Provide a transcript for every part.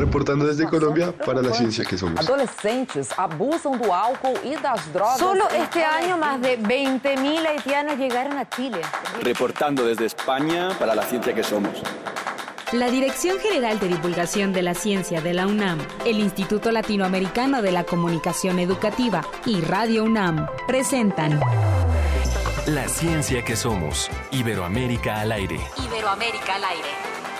Reportando desde Colombia para la ciencia que somos. Adolescentes abusan do álcool y das drogas. Solo este año más de 20.000 haitianos llegaron a Chile. Reportando desde España para la ciencia que somos. La Dirección General de Divulgación de la Ciencia de la UNAM, el Instituto Latinoamericano de la Comunicación Educativa y Radio UNAM presentan La ciencia que somos. Iberoamérica al aire. Iberoamérica al aire.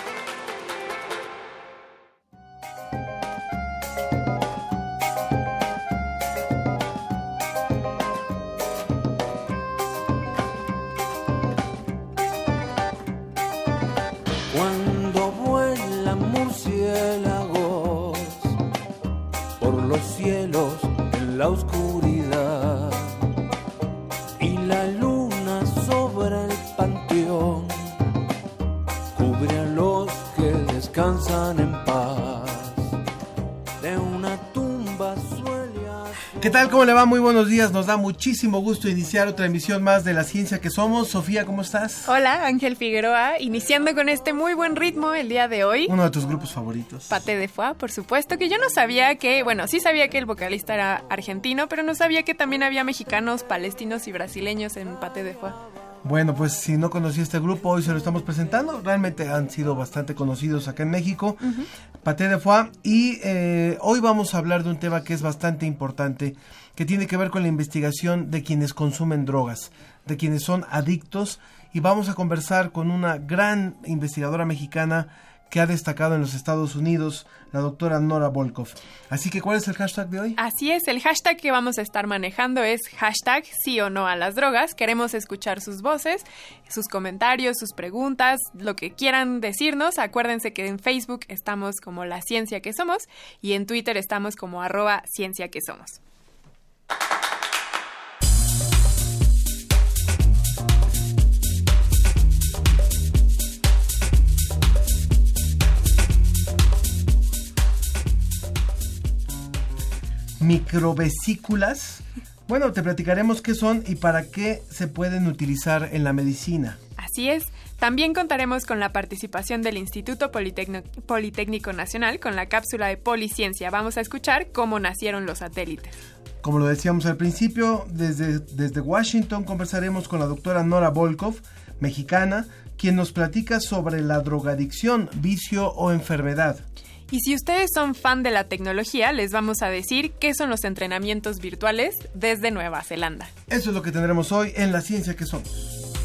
Cuando vuelan murciélagos por los cielos en la oscuridad y la luna sobre el panteón cubre a los que descansan en paz de una tumba suele azul. ¿Qué tal? ¿Cómo le va? Muy buenos días. Nos da muchísimo gusto iniciar otra emisión más de La Ciencia que Somos. Sofía, ¿cómo estás? Hola, Ángel Figueroa, iniciando con este muy buen ritmo el día de hoy. Uno de tus grupos favoritos. Paté de Foix, por supuesto, que yo no sabía que, bueno, sí sabía que el vocalista era argentino, pero no sabía que también había mexicanos, palestinos y brasileños en Paté de Foix. Bueno, pues si no conocía este grupo, hoy se lo estamos presentando. Realmente han sido bastante conocidos acá en México. Paté de Foix. Y hoy vamos a hablar de un tema que es bastante importante, que tiene que ver con la investigación de quienes consumen drogas, de quienes son adictos. Y vamos a conversar con una gran investigadora mexicana que ha destacado en los Estados Unidos, la doctora Nora Volkow. Así que, ¿cuál es el hashtag de hoy? Así es, el hashtag que vamos a estar manejando es hashtag sí o no a las drogas. Queremos escuchar sus voces, sus comentarios, sus preguntas, lo que quieran decirnos. Acuérdense que en Facebook estamos como La Ciencia que Somos y en Twitter estamos como @Ciencia que Somos. Microvesículas. Bueno, te platicaremos qué son y para qué se pueden utilizar en la medicina. Así es. También contaremos con la participación del Instituto Politécnico Nacional con la cápsula de Policiencia. Vamos a escuchar cómo nacieron los satélites. Como lo decíamos al principio, desde Washington conversaremos con la doctora Nora Volkow, mexicana, quien nos platica sobre la drogadicción, vicio o enfermedad. Y si ustedes son fan de la tecnología, les vamos a decir qué son los entrenamientos virtuales desde Nueva Zelanda. Eso es lo que tendremos hoy en La Ciencia que Somos.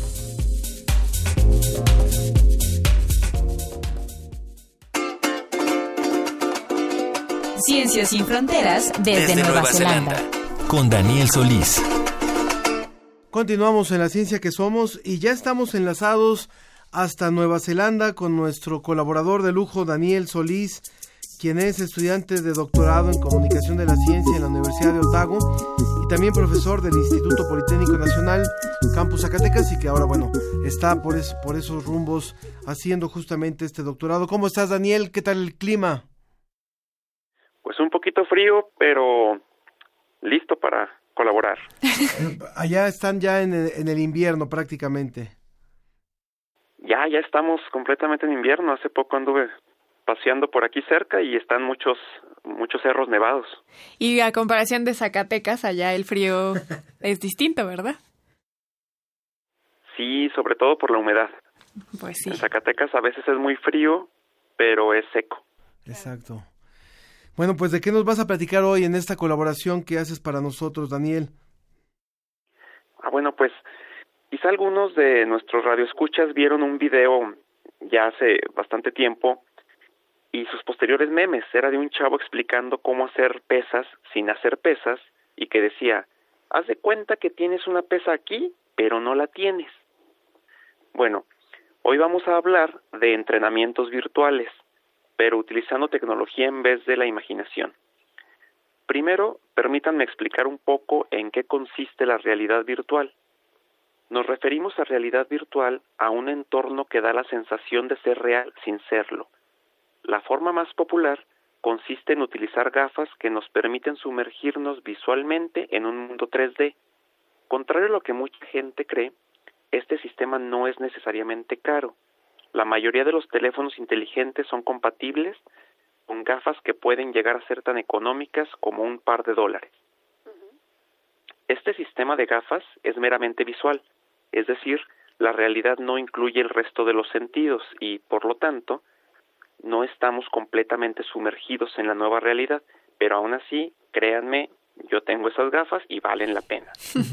Ciencia sin fronteras desde Nueva Zelanda. Con Daniel Solís. Continuamos en La Ciencia que Somos y ya estamos enlazados hasta Nueva Zelanda con nuestro colaborador de lujo, Daniel Solís, quien es estudiante de doctorado en Comunicación de la Ciencia en la Universidad de Otago y también profesor del Instituto Politécnico Nacional, Campus Zacatecas, y que ahora, bueno, está por esos rumbos haciendo justamente este doctorado. ¿Cómo estás, Daniel? ¿Qué tal el clima? Pues un poquito frío, pero listo para colaborar. Allá están ya en el invierno prácticamente. Ya estamos completamente en invierno. Hace poco anduve paseando por aquí cerca y están muchos cerros nevados. Y a comparación de Zacatecas, allá el frío es distinto, ¿verdad? Sí, sobre todo por la humedad. Pues sí. En Zacatecas a veces es muy frío, pero es seco. Exacto. Bueno, pues ¿de qué nos vas a platicar hoy en esta colaboración que haces para nosotros, Daniel? Bueno, pues quizá algunos de nuestros radioescuchas vieron un video ya hace bastante tiempo y sus posteriores memes. Era de un chavo explicando cómo hacer pesas sin hacer pesas y que decía, haz de cuenta que tienes una pesa aquí, pero no la tienes. Bueno, hoy vamos a hablar de entrenamientos virtuales, pero utilizando tecnología en vez de la imaginación. Primero, permítanme explicar un poco en qué consiste la realidad virtual. Nos referimos a realidad virtual a un entorno que da la sensación de ser real sin serlo. La forma más popular consiste en utilizar gafas que nos permiten sumergirnos visualmente en un mundo 3D. Contrario a lo que mucha gente cree, este sistema no es necesariamente caro. La mayoría de los teléfonos inteligentes son compatibles, con gafas que pueden llegar a ser tan económicas como un par de dólares. Este sistema de gafas es meramente visual, es decir, la realidad no incluye el resto de los sentidos y, por lo tanto, no estamos completamente sumergidos en la nueva realidad, pero aún así, créanme, yo tengo esas gafas y valen la pena.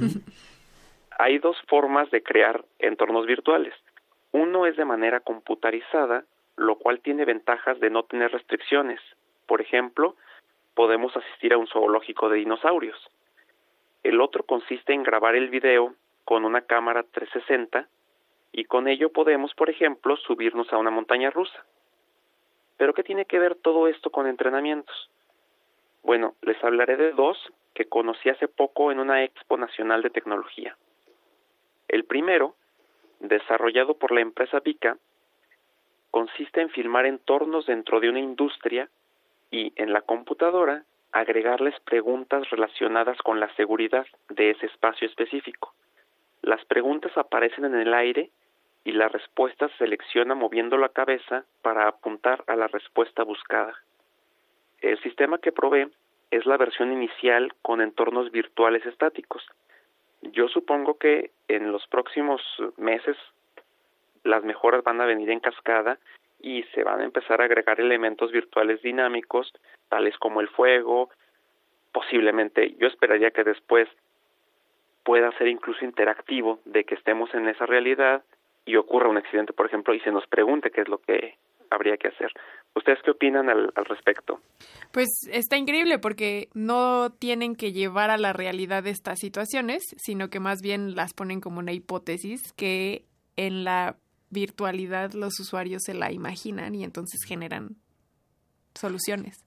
Hay dos formas de crear entornos virtuales. Uno es de manera computarizada, lo cual tiene ventajas de no tener restricciones. Por ejemplo, podemos asistir a un zoológico de dinosaurios. El otro consiste en grabar el video con una cámara 360 y con ello podemos, por ejemplo, subirnos a una montaña rusa. ¿Pero qué tiene que ver todo esto con entrenamientos? Bueno, les hablaré de dos que conocí hace poco en una expo nacional de tecnología. El primero, desarrollado por la empresa Vika, consiste en filmar entornos dentro de una industria y, en la computadora, agregarles preguntas relacionadas con la seguridad de ese espacio específico. Las preguntas aparecen en el aire y la respuesta se selecciona moviendo la cabeza para apuntar a la respuesta buscada. El sistema que probé es la versión inicial con entornos virtuales estáticos. Yo supongo que en los próximos meses las mejoras van a venir en cascada y se van a empezar a agregar elementos virtuales dinámicos, tales como el fuego. Posiblemente, yo esperaría que después pueda ser incluso interactivo, de que estemos en esa realidad y ocurra un accidente, por ejemplo, y se nos pregunte qué es lo que habría que hacer. ¿Ustedes qué opinan al respecto? Pues está increíble porque no tienen que llevar a la realidad estas situaciones, sino que más bien las ponen como una hipótesis que en la virtualidad los usuarios se la imaginan y entonces generan soluciones.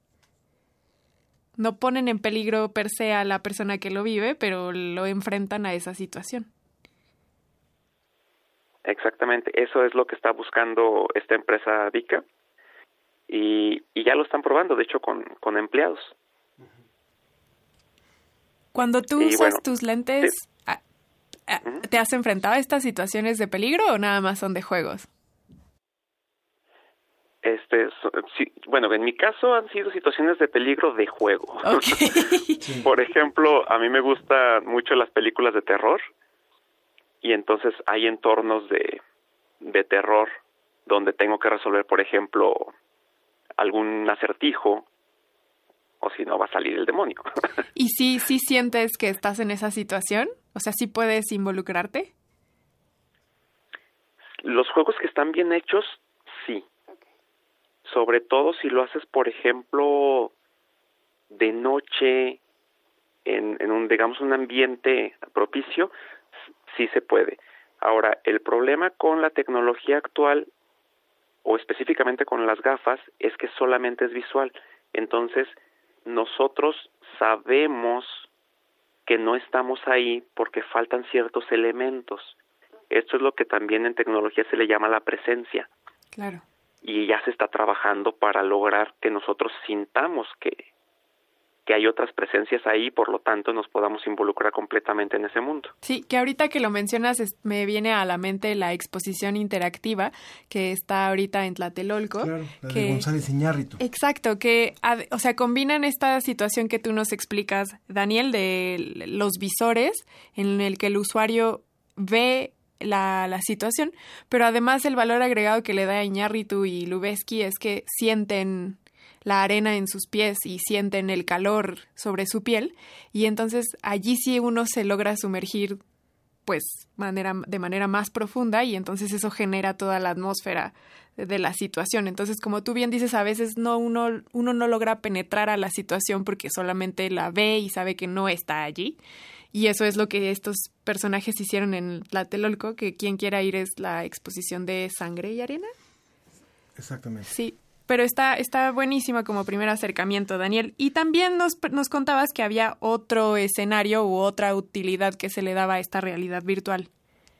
No ponen en peligro per se a la persona que lo vive, pero lo enfrentan a esa situación. Exactamente, eso es lo que está buscando esta empresa Vika y ya lo están probando, de hecho, con empleados. Cuando tú usas tus lentes, ¿te has enfrentado a estas situaciones de peligro o nada más son de juegos? Sí, bueno, en mi caso han sido situaciones de peligro de juego. Okay. Por ejemplo, a mí me gustan mucho las películas de terror y entonces hay entornos de terror donde tengo que resolver, por ejemplo, algún acertijo o si no va a salir el demonio. ¿Y sí sientes que estás en esa situación? O sea, ¿sí puedes involucrarte? Los juegos que están bien hechos, sí. Sobre todo si lo haces, por ejemplo, de noche, en un, digamos, un ambiente propicio, sí se puede. Ahora, el problema con la tecnología actual, o específicamente con las gafas, es que solamente es visual. Entonces, nosotros sabemos que no estamos ahí porque faltan ciertos elementos. Esto es lo que también en tecnología se le llama la presencia. Claro. Y ya se está trabajando para lograr que nosotros sintamos que hay otras presencias ahí, por lo tanto nos podamos involucrar completamente en ese mundo. Sí, que ahorita que lo mencionas me viene a la mente la exposición interactiva que está ahorita en Tlatelolco. Claro, la de González Iñárritu. Exacto, que, o sea, combinan esta situación que tú nos explicas, Daniel, de los visores en el que el usuario ve la situación, pero además el valor agregado que le da Iñárritu y Lubezki es que sienten la arena en sus pies y sienten el calor sobre su piel y entonces allí sí uno se logra sumergir pues de manera más profunda y entonces eso genera toda la atmósfera de la situación. Entonces, como tú bien dices, a veces uno no logra penetrar a la situación porque solamente la ve y sabe que no está allí. Y eso es lo que estos personajes hicieron en Tlatelolco, que quien quiera ir es la exposición de Sangre y Arena. Exactamente. Sí, pero está buenísima como primer acercamiento, Daniel. Y también nos contabas que había otro escenario u otra utilidad que se le daba a esta realidad virtual.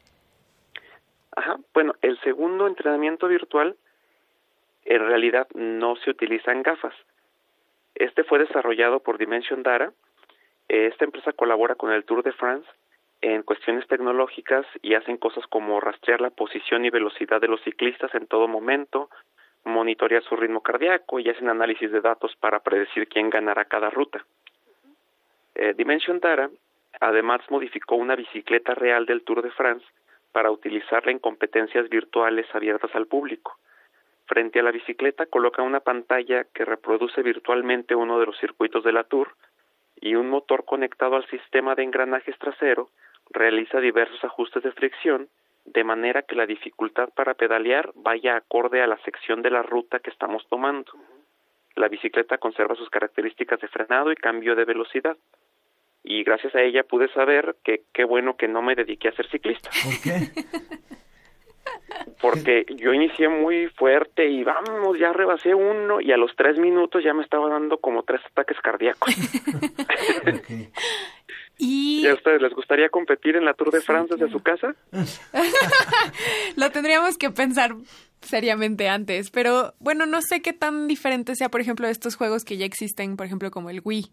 Ajá, bueno, el segundo entrenamiento virtual en realidad no se utilizan gafas. Este fue desarrollado por Dimension Data. Esta empresa colabora con el Tour de France en cuestiones tecnológicas y hacen cosas como rastrear la posición y velocidad de los ciclistas en todo momento, monitorear su ritmo cardíaco y hacen análisis de datos para predecir quién ganará cada ruta. Dimension Data además modificó una bicicleta real del Tour de France para utilizarla en competencias virtuales abiertas al público. Frente a la bicicleta coloca una pantalla que reproduce virtualmente uno de los circuitos de la Tour y un motor conectado al sistema de engranajes trasero realiza diversos ajustes de fricción de manera que la dificultad para pedalear vaya acorde a la sección de la ruta que estamos tomando. La bicicleta conserva sus características de frenado y cambio de velocidad. Y gracias a ella pude saber que qué bueno que no me dediqué a ser ciclista. ¿Por qué? Porque yo inicié muy fuerte y vamos, ya rebasé uno y a los 3 minutos ya me estaba dando como 3 ataques cardíacos. Okay. ¿Y a ustedes les gustaría competir en la Tour de France desde su casa? Lo tendríamos que pensar seriamente antes, pero bueno, no sé qué tan diferente sea, por ejemplo, estos juegos que ya existen, por ejemplo, como el Wii.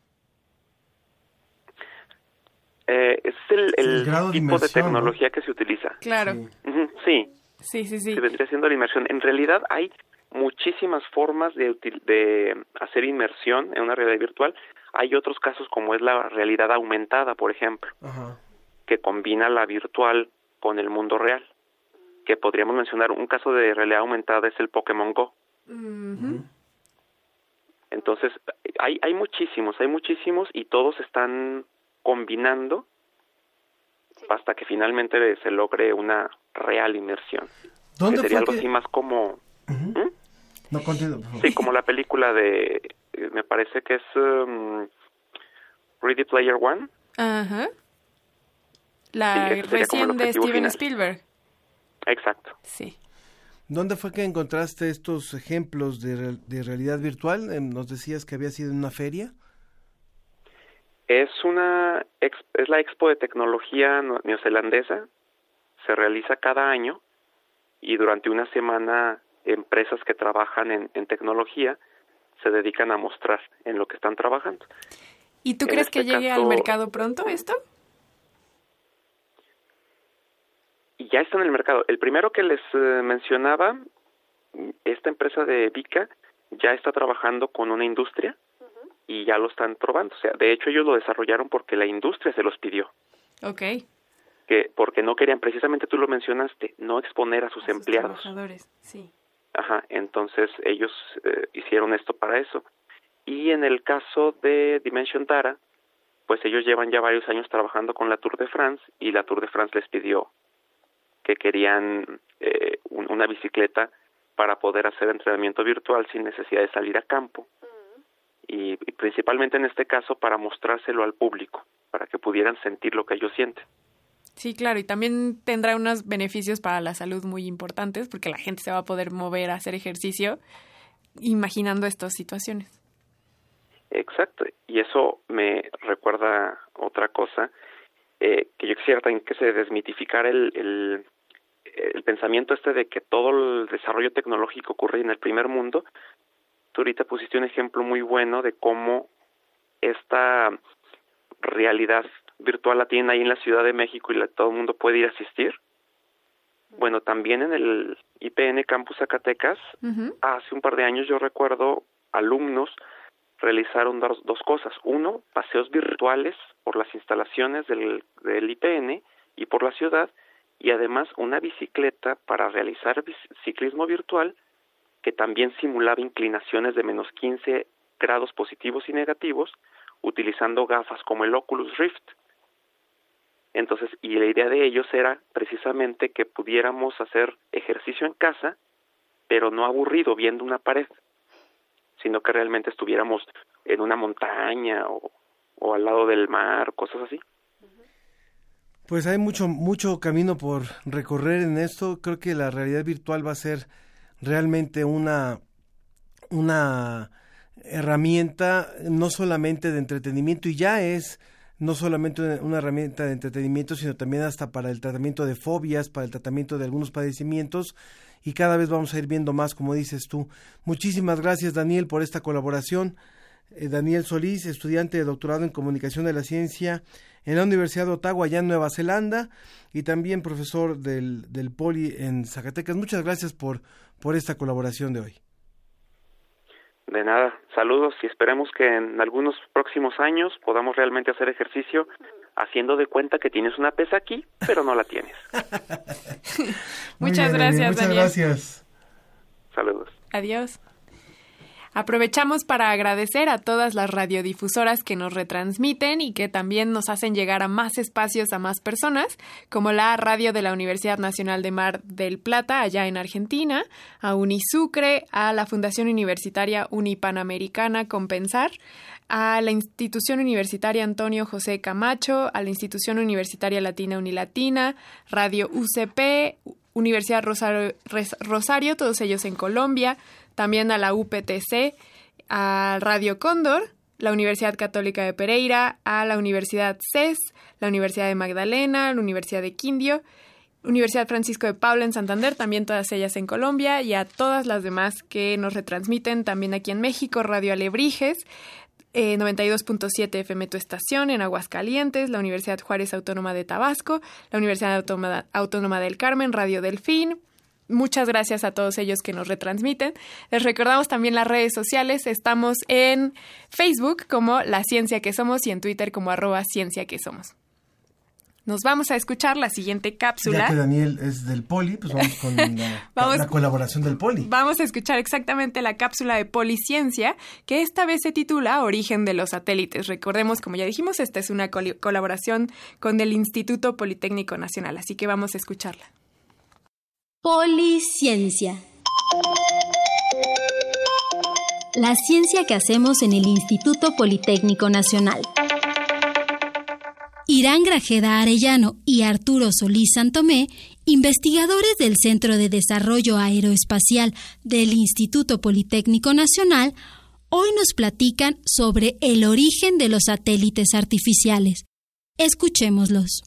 Es el tipo de tecnología, ¿no?, que se utiliza. Claro. Sí. Sí. Se vendría siendo la inmersión. En realidad hay muchísimas formas de hacer inmersión en una realidad virtual. Hay otros casos como es la realidad aumentada, por ejemplo, que combina la virtual con el mundo real. Que podríamos mencionar un caso de realidad aumentada es el Pokémon Go. Entonces hay muchísimos y todos están combinando hasta que finalmente se logre una real inmersión. ¿Dónde sería algo que... así más como... No, continúo, por favor. Sí, como la película de... me parece que es Ready Player One. Ajá. La sí, recién de Steven Spielberg. Exacto. Sí. ¿Dónde fue que encontraste estos ejemplos de realidad virtual? Nos decías que había sido en una feria. Es la Expo de Tecnología neozelandesa. Se realiza cada año y durante una semana empresas que trabajan en tecnología se dedican a mostrar en lo que están trabajando. ¿Y tú crees que llegue al mercado pronto esto? Y ya está en el mercado. El primero que les mencionaba, esta empresa de Vika, ya está trabajando con una industria y ya lo están probando. O sea, de hecho ellos lo desarrollaron porque la industria se los pidió. Okay. Porque no querían, precisamente tú lo mencionaste, no exponer a sus empleados. Trabajadores, sí. Ajá, entonces ellos hicieron esto para eso. Y en el caso de Dimension Data, pues ellos llevan ya varios años trabajando con la Tour de France y la Tour de France les pidió que querían una bicicleta para poder hacer entrenamiento virtual sin necesidad de salir a campo. Y principalmente en este caso para mostrárselo al público, para que pudieran sentir lo que ellos sienten. Sí, claro, y también tendrá unos beneficios para la salud muy importantes, porque la gente se va a poder mover a hacer ejercicio imaginando estas situaciones. Exacto, y eso me recuerda otra cosa, que yo quisiera también que se desmitificara el pensamiento de que todo el desarrollo tecnológico ocurre en el primer mundo. Tú ahorita pusiste un ejemplo muy bueno de cómo esta realidad virtual la tienen ahí en la Ciudad de México y todo el mundo puede ir a asistir. Bueno, también en el IPN Campus Zacatecas, hace un par de años yo recuerdo alumnos realizaron dos cosas. Uno, paseos virtuales por las instalaciones del IPN y por la ciudad, y además una bicicleta para realizar ciclismo virtual que también simulaba inclinaciones de menos 15 grados positivos y negativos utilizando gafas como el Oculus Rift. Entonces, y la idea de ellos era precisamente que pudiéramos hacer ejercicio en casa, pero no aburrido viendo una pared, sino que realmente estuviéramos en una montaña o al lado del mar, cosas así. Pues hay mucho camino por recorrer en esto. Creo que la realidad virtual va a ser realmente una herramienta no solamente de entretenimiento, y ya es no solamente una herramienta de entretenimiento, sino también hasta para el tratamiento de fobias, para el tratamiento de algunos padecimientos, y cada vez vamos a ir viendo más, como dices tú. Muchísimas gracias, Daniel, por esta colaboración. Daniel Solís, estudiante de doctorado en Comunicación de la Ciencia en la Universidad de Ottawa, allá en Nueva Zelanda, y también profesor del Poli en Zacatecas. Muchas gracias por por esta colaboración de hoy. De nada, saludos y esperemos que en algunos próximos años podamos realmente hacer ejercicio haciendo de cuenta que tienes una pesa aquí, pero no la tienes. Muchas gracias, muchas Daniel. Gracias. Saludos. Adiós. Aprovechamos para agradecer a todas las radiodifusoras que nos retransmiten y que también nos hacen llegar a más espacios, a más personas, como la radio de la Universidad Nacional de Mar del Plata, allá en Argentina, a Unisucre, a la Fundación Universitaria Unipanamericana Compensar, a la Institución Universitaria Antonio José Camacho, a la Institución Universitaria Latina Unilatina, Radio UCP, Universidad Rosario, todos ellos en Colombia, también a la UPTC, a Radio Cóndor, la Universidad Católica de Pereira, a la Universidad CES, la Universidad de Magdalena, la Universidad de Quindio, Universidad Francisco de Paula en Santander, también todas ellas en Colombia, y a todas las demás que nos retransmiten también aquí en México, Radio Alebrijes, 92.7 FM Tu Estación en Aguascalientes, la Universidad Juárez Autónoma de Tabasco, la Universidad Autónoma del Carmen, Radio Delfín. Muchas gracias a todos ellos que nos retransmiten. Les recordamos también las redes sociales. Estamos en Facebook como La Ciencia que Somos y en Twitter como @CienciaQueSomos. Nos vamos a escuchar la siguiente cápsula. Ya que Daniel es del Poli, pues vamos con la colaboración del Poli. Vamos a escuchar exactamente la cápsula de Policiencia, que esta vez se titula Origen de los satélites. Recordemos, como ya dijimos, esta es una colaboración con el Instituto Politécnico Nacional, así que vamos a escucharla. Policiencia. La ciencia que hacemos en el Instituto Politécnico Nacional. Irán Grajeda Arellano y Arturo Solís Santomé, investigadores del Centro de Desarrollo Aeroespacial del Instituto Politécnico Nacional, hoy nos platican sobre el origen de los satélites artificiales. Escuchémoslos.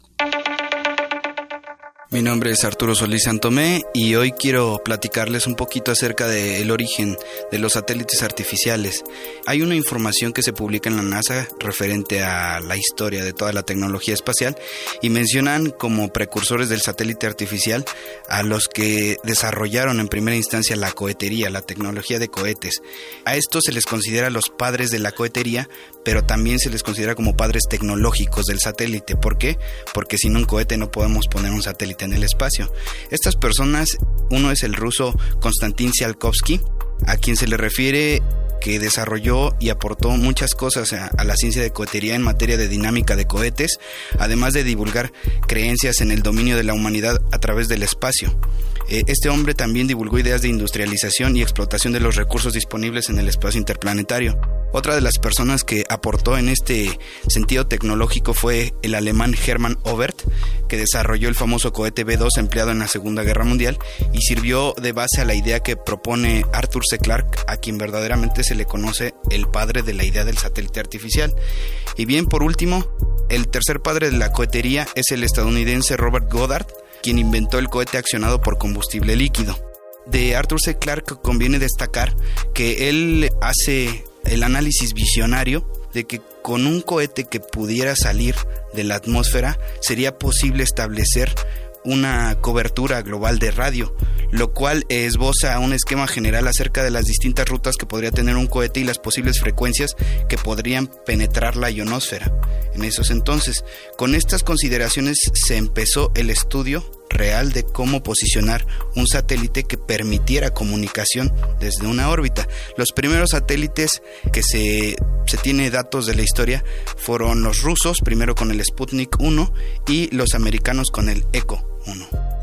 Mi nombre es Arturo Solís Santomé y hoy quiero platicarles un poquito acerca del origen de los satélites artificiales. Hay una información que se publica en la NASA referente a la historia de toda la tecnología espacial y mencionan como precursores del satélite artificial a los que desarrollaron en primera instancia la cohetería, la tecnología de cohetes. A estos se les considera los padres de la cohetería, pero también se les considera como padres tecnológicos del satélite. ¿Por qué? Porque sin un cohete no podemos poner un satélite en el espacio. Estas personas, uno es el ruso Konstantin Tsiolkovsky, a quien se le refiere que desarrolló y aportó muchas cosas a la ciencia de cohetería en materia de dinámica de cohetes, además de divulgar creencias en el dominio de la humanidad a través del espacio. Este hombre también divulgó ideas de industrialización y explotación de los recursos disponibles en el espacio interplanetario. Otra de las personas que aportó en este sentido tecnológico fue el alemán Hermann Oberth, que desarrolló el famoso cohete B-2 empleado en la Segunda Guerra Mundial y sirvió de base a la idea que propone Arthur C. Clarke, a quien verdaderamente se le conoce el padre de la idea del satélite artificial. Y bien, por último, el tercer padre de la cohetería es el estadounidense Robert Goddard, quien inventó el cohete accionado por combustible líquido. De Arthur C. Clarke conviene destacar que él hace el análisis visionario de que con un cohete que pudiera salir de la atmósfera sería posible establecer una cobertura global de radio, lo cual esboza un esquema general acerca de las distintas rutas que podría tener un cohete y las posibles frecuencias que podrían penetrar la ionosfera. En esos entonces, con estas consideraciones se empezó el estudio real de cómo posicionar un satélite que permitiera comunicación desde una órbita. Los primeros satélites que se tiene datos de la historia fueron los rusos, primero con el Sputnik 1 y los americanos con el Echo 1.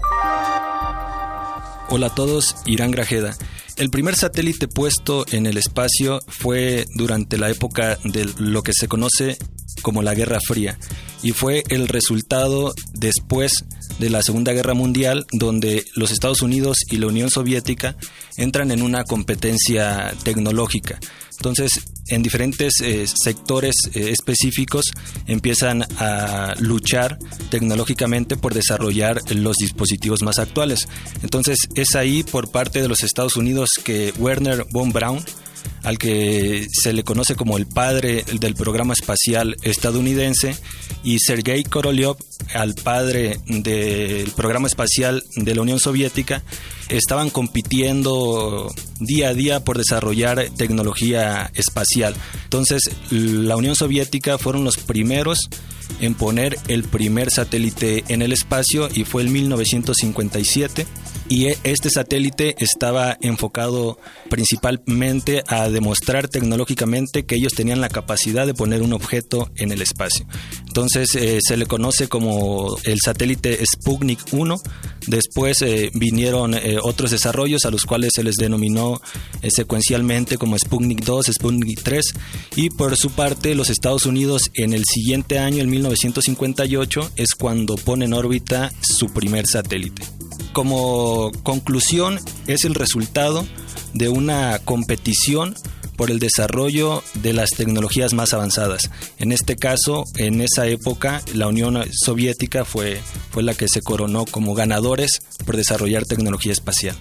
Hola a todos, Irán Grajeda. El primer satélite puesto en el espacio fue durante la época de lo que se conoce como la Guerra Fría y fue el resultado después de la Segunda Guerra Mundial, donde los Estados Unidos y la Unión Soviética entran en una competencia tecnológica. Entonces, en diferentes sectores específicos empiezan a luchar tecnológicamente por desarrollar los dispositivos más actuales. Entonces, es ahí por parte de los Estados Unidos que Wernher von Braun al que se le conoce como el padre del programa espacial estadounidense, y Sergei Korolev, al padre del programa espacial de la Unión Soviética, estaban compitiendo día a día por desarrollar tecnología espacial. Entonces, la Unión Soviética fueron los primeros en poner el primer satélite en el espacio, y fue en 1957. Y este satélite estaba enfocado principalmente a demostrar tecnológicamente que ellos tenían la capacidad de poner un objeto en el espacio. Entonces se le conoce como el satélite Sputnik 1. Después vinieron otros desarrollos a los cuales se les denominó secuencialmente como Sputnik 2, Sputnik 3. Y por su parte, los Estados Unidos en el siguiente año, en 1958, es cuando pone en órbita su primer satélite. Como conclusión, es el resultado de una competición por el desarrollo de las tecnologías más avanzadas. En este caso, en esa época, la Unión Soviética fue la que se coronó como ganadores por desarrollar tecnología espacial.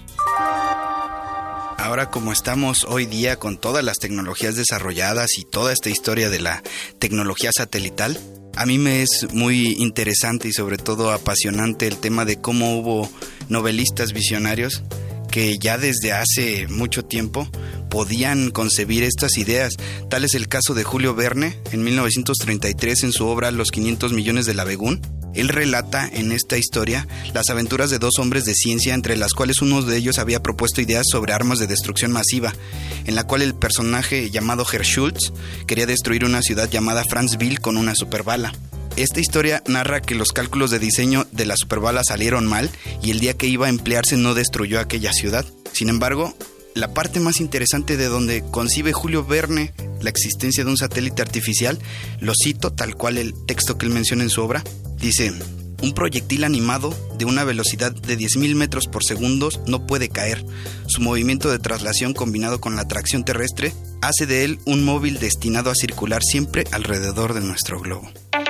Ahora, como estamos hoy día con todas las tecnologías desarrolladas y toda esta historia de la tecnología satelital, a mí me es muy interesante y sobre todo apasionante el tema de cómo hubo novelistas visionarios que ya desde hace mucho tiempo podían concebir estas ideas. Tal es el caso de Julio Verne, en 1933, en su obra Los 500 millones del Abegún. Él relata en esta historia las aventuras de dos hombres de ciencia, entre las cuales uno de ellos había propuesto ideas sobre armas de destrucción masiva, en la cual el personaje llamado Herr Schultz quería destruir una ciudad llamada Franzville con una superbala. Esta historia narra que los cálculos de diseño de la superbala salieron mal y el día que iba a emplearse no destruyó aquella ciudad. Sin embargo, la parte más interesante de donde concibe Julio Verne la existencia de un satélite artificial, lo cito tal cual el texto que él menciona en su obra, dice: un proyectil animado de una velocidad de 10.000 metros por segundo no puede caer. Su movimiento de traslación combinado con la atracción terrestre hace de él un móvil destinado a circular siempre alrededor de nuestro globo.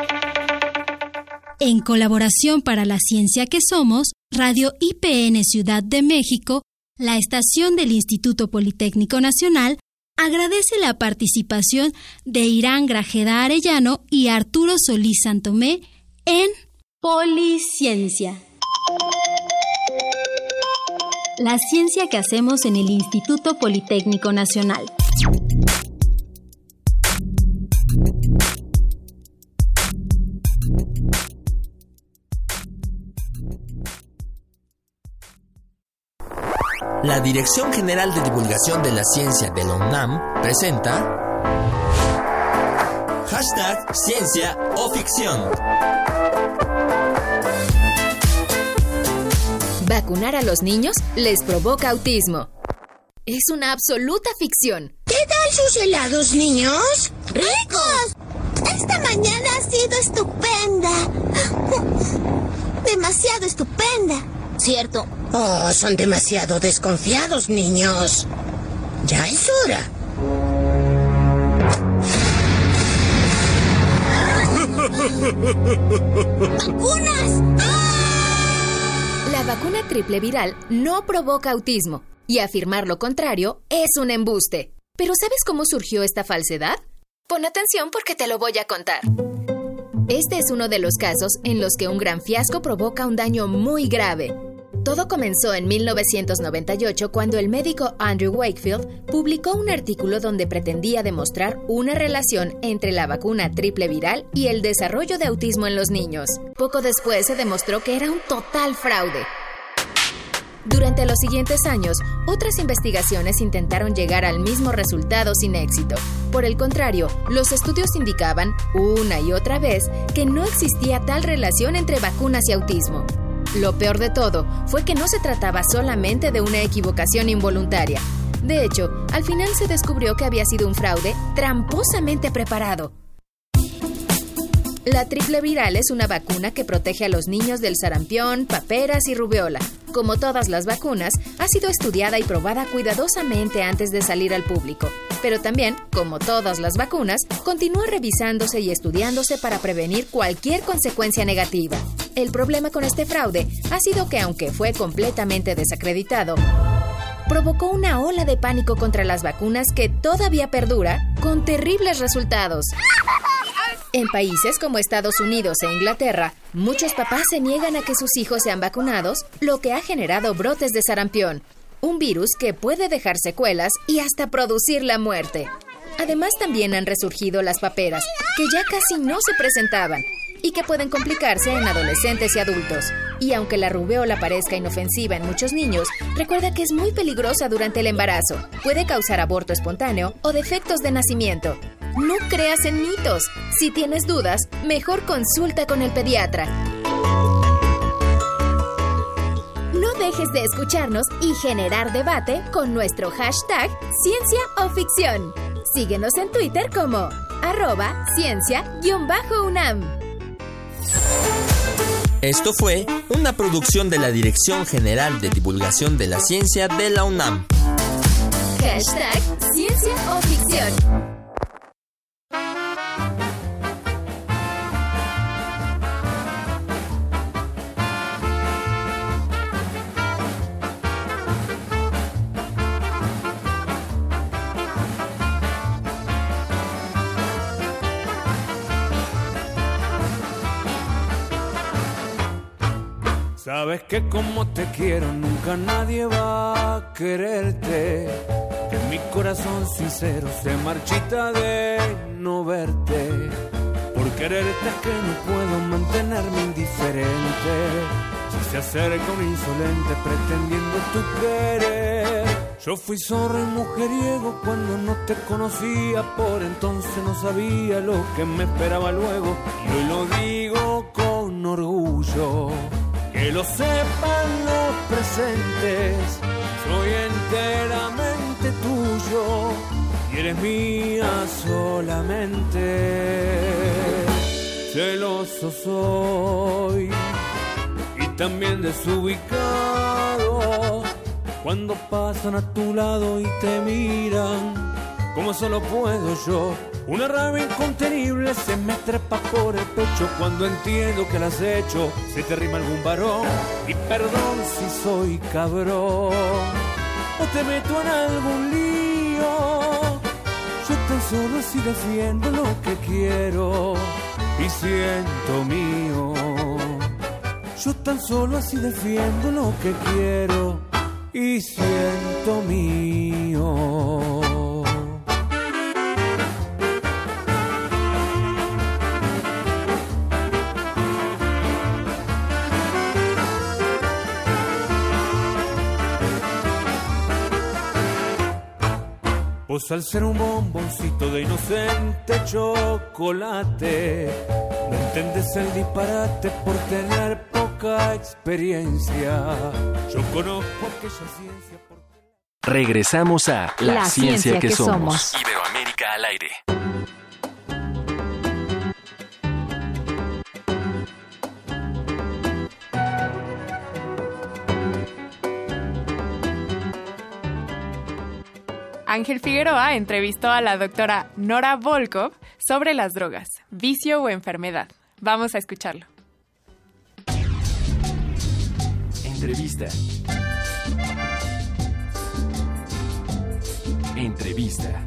En colaboración para la ciencia que somos, Radio IPN Ciudad de México, la estación del Instituto Politécnico Nacional, agradece la participación de Irán Grajeda Arellano y Arturo Solís Santomé en Policiencia. La ciencia que hacemos en el Instituto Politécnico Nacional. La Dirección General de Divulgación de la Ciencia de la UNAM presenta Hashtag Ciencia o Ficción. Vacunar a los niños les provoca autismo. Es una absoluta ficción. ¿Qué tal sus helados, niños? ¡Ricos! Esta mañana ha sido estupenda. Demasiado estupenda. ¿Cierto? Oh, son demasiado desconfiados, niños. Ya es hora. ¡Vacunas! La vacuna triple viral no provoca autismo, y afirmar lo contrario es un embuste. ¿Pero sabes cómo surgió esta falsedad? Pon atención porque te lo voy a contar. Este es uno de los casos en los que un gran fiasco provoca un daño muy grave. Todo comenzó en 1998 cuando el médico Andrew Wakefield publicó un artículo donde pretendía demostrar una relación entre la vacuna triple viral y el desarrollo de autismo en los niños. Poco después se demostró que era un total fraude. Durante los siguientes años, otras investigaciones intentaron llegar al mismo resultado sin éxito. Por el contrario, los estudios indicaban, una y otra vez, que no existía tal relación entre vacunas y autismo. Lo peor de todo fue que no se trataba solamente de una equivocación involuntaria. De hecho, al final se descubrió que había sido un fraude tramposamente preparado. La triple viral es una vacuna que protege a los niños del sarampión, paperas y rubiola. Como todas las vacunas, ha sido estudiada y probada cuidadosamente antes de salir al público. Pero también, como todas las vacunas, continúa revisándose y estudiándose para prevenir cualquier consecuencia negativa. El problema con este fraude ha sido que, aunque fue completamente desacreditado, provocó una ola de pánico contra las vacunas que todavía perdura, con terribles resultados. En países como Estados Unidos e Inglaterra, muchos papás se niegan a que sus hijos sean vacunados, lo que ha generado brotes de sarampión, un virus que puede dejar secuelas y hasta producir la muerte. Además, también han resurgido las paperas, que ya casi no se presentaban y que pueden complicarse en adolescentes y adultos. Y aunque la rubéola parezca inofensiva en muchos niños, recuerda que es muy peligrosa durante el embarazo. Puede causar aborto espontáneo o defectos de nacimiento. No creas en mitos. Si tienes dudas, mejor consulta con el pediatra. No dejes de escucharnos y generar debate con nuestro hashtag Ciencia o Ficción. Síguenos en Twitter como @ciencia_UNAM. Esto fue una producción de la Dirección General de Divulgación de la Ciencia de la UNAM. Hashtag Ciencia o Ficción. Sabes que como te quiero nunca nadie va a quererte, que mi corazón sincero se marchita de no verte. Por quererte es que no puedo mantenerme indiferente, si se acerca un insolente pretendiendo tu querer. Yo fui zorro y mujeriego cuando no te conocía, por entonces no sabía lo que me esperaba luego, y hoy lo digo con orgullo. Que lo sepan los presentes, soy enteramente tuyo y eres mía solamente. Celoso soy y también desubicado cuando pasan a tu lado y te miran como solo puedo yo. Una rabia incontenible se me trepa por el pecho cuando entiendo que la has hecho. Se te rima algún varón y perdón si soy cabrón o te meto en algún lío. Yo tan solo así defiendo lo que quiero y siento mío. Yo tan solo así defiendo lo que quiero y siento mío. Vos al ser un bomboncito de inocente chocolate, no entendés el disparate por tener poca experiencia. Yo conozco aquella ciencia porque... Regresamos a La Ciencia que Somos. Iberoamérica al aire. Ángel Figueroa entrevistó a la doctora Nora Volkov sobre las drogas, vicio o enfermedad. Vamos a escucharlo. Entrevista. Entrevista.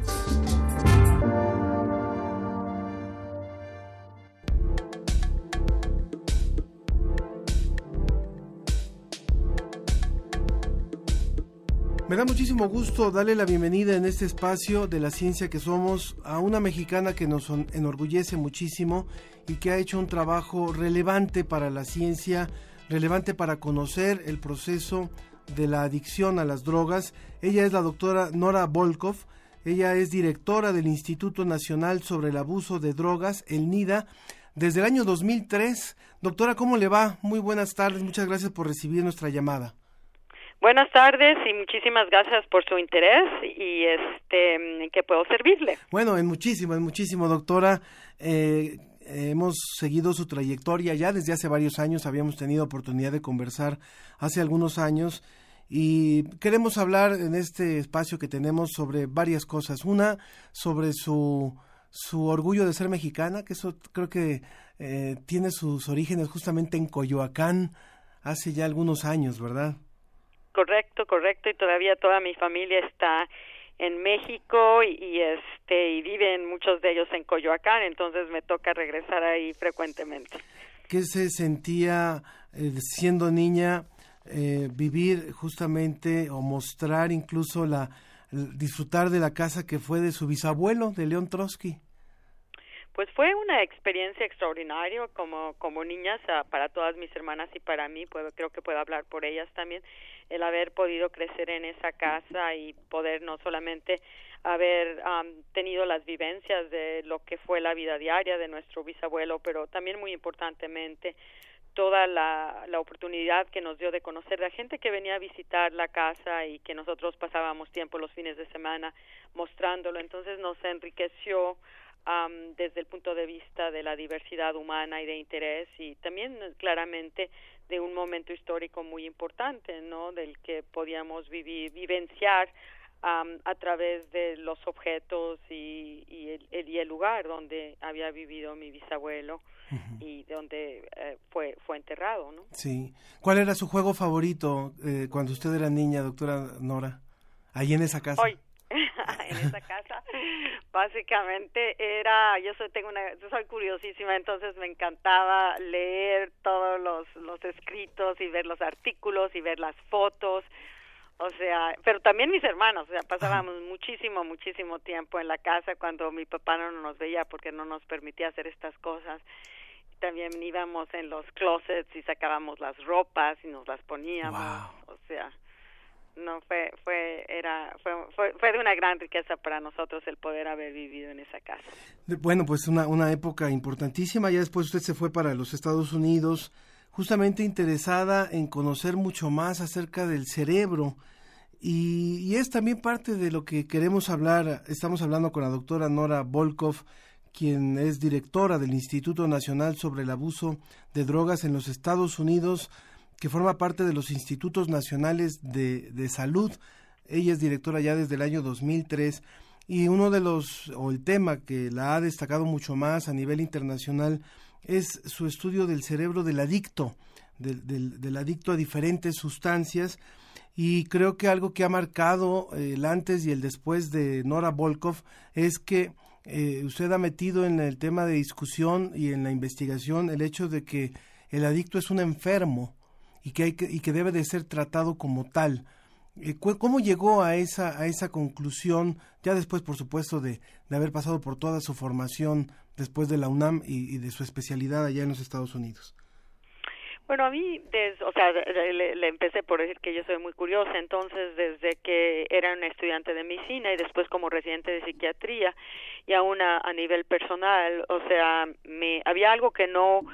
Me da muchísimo gusto darle la bienvenida en este espacio de La Ciencia que Somos a una mexicana que nos enorgullece muchísimo y que ha hecho un trabajo relevante para la ciencia, relevante para conocer el proceso de la adicción a las drogas. Ella es la doctora Nora Volkov. Ella es directora del Instituto Nacional sobre el Abuso de Drogas, el NIDA, desde el año 2003. Doctora, ¿cómo le va? Muy buenas tardes, muchas gracias por recibir nuestra llamada. Buenas tardes y muchísimas gracias por su interés y que puedo servirle. Bueno, en muchísimo, doctora. Hemos seguido su trayectoria ya desde hace varios años, habíamos tenido oportunidad de conversar hace algunos años y queremos hablar en este espacio que tenemos sobre varias cosas. Una, sobre su orgullo de ser mexicana, que eso creo que tiene sus orígenes justamente en Coyoacán hace ya algunos años, ¿verdad? Correcto, y todavía toda mi familia está en México y viven muchos de ellos en Coyoacán, entonces me toca regresar ahí frecuentemente. ¿Qué se sentía siendo niña vivir justamente o mostrar incluso disfrutar de la casa que fue de su bisabuelo, de León Trotsky? Pues fue una experiencia extraordinaria como niñas para todas mis hermanas y para mí, creo que puedo hablar por ellas también, el haber podido crecer en esa casa y poder no solamente haber tenido las vivencias de lo que fue la vida diaria de nuestro bisabuelo, pero también muy importantemente toda la oportunidad que nos dio de conocer la gente que venía a visitar la casa y que nosotros pasábamos tiempo los fines de semana mostrándolo. Entonces nos enriqueció desde el punto de vista de la diversidad humana y de interés, y también claramente de un momento histórico muy importante, ¿no? Del que podíamos vivenciar a través de los objetos y el lugar donde había vivido mi bisabuelo y donde fue enterrado, ¿no? Sí. ¿Cuál era su juego favorito cuando usted era niña, doctora Nora? Ahí en esa casa. En esa casa, básicamente yo soy curiosísima, entonces me encantaba leer todos los escritos y ver los artículos y ver las fotos, pero también mis hermanos, pasábamos muchísimo tiempo en la casa cuando mi papá no nos veía porque no nos permitía hacer estas cosas. También íbamos en los closets y sacábamos las ropas y nos las poníamos, no fue de una gran riqueza para nosotros el poder haber vivido en esa casa. Bueno, pues una época importantísima. Ya después usted se fue para los Estados Unidos, justamente interesada en conocer mucho más acerca del cerebro, y es también parte de lo que queremos hablar. Estamos hablando con la doctora Nora Volkow, quien es directora del Instituto Nacional sobre el Abuso de Drogas en los Estados Unidos, que forma parte de los Institutos Nacionales de Salud. Ella es directora ya desde el año 2003, y el tema que la ha destacado mucho más a nivel internacional es su estudio del cerebro del adicto, del adicto a diferentes sustancias, y creo que algo que ha marcado el antes y el después de Nora Volkow es que usted ha metido en el tema de discusión y en la investigación el hecho de que el adicto es un enfermo, y que debe de ser tratado como tal. ¿Cómo llegó a esa conclusión, ya después, por supuesto, de haber pasado por toda su formación después de la UNAM y de su especialidad allá en los Estados Unidos? Bueno, a mí, le empecé por decir que yo soy muy curiosa, entonces desde que era una estudiante de medicina y después como residente de psiquiatría, y aún a nivel personal, había algo que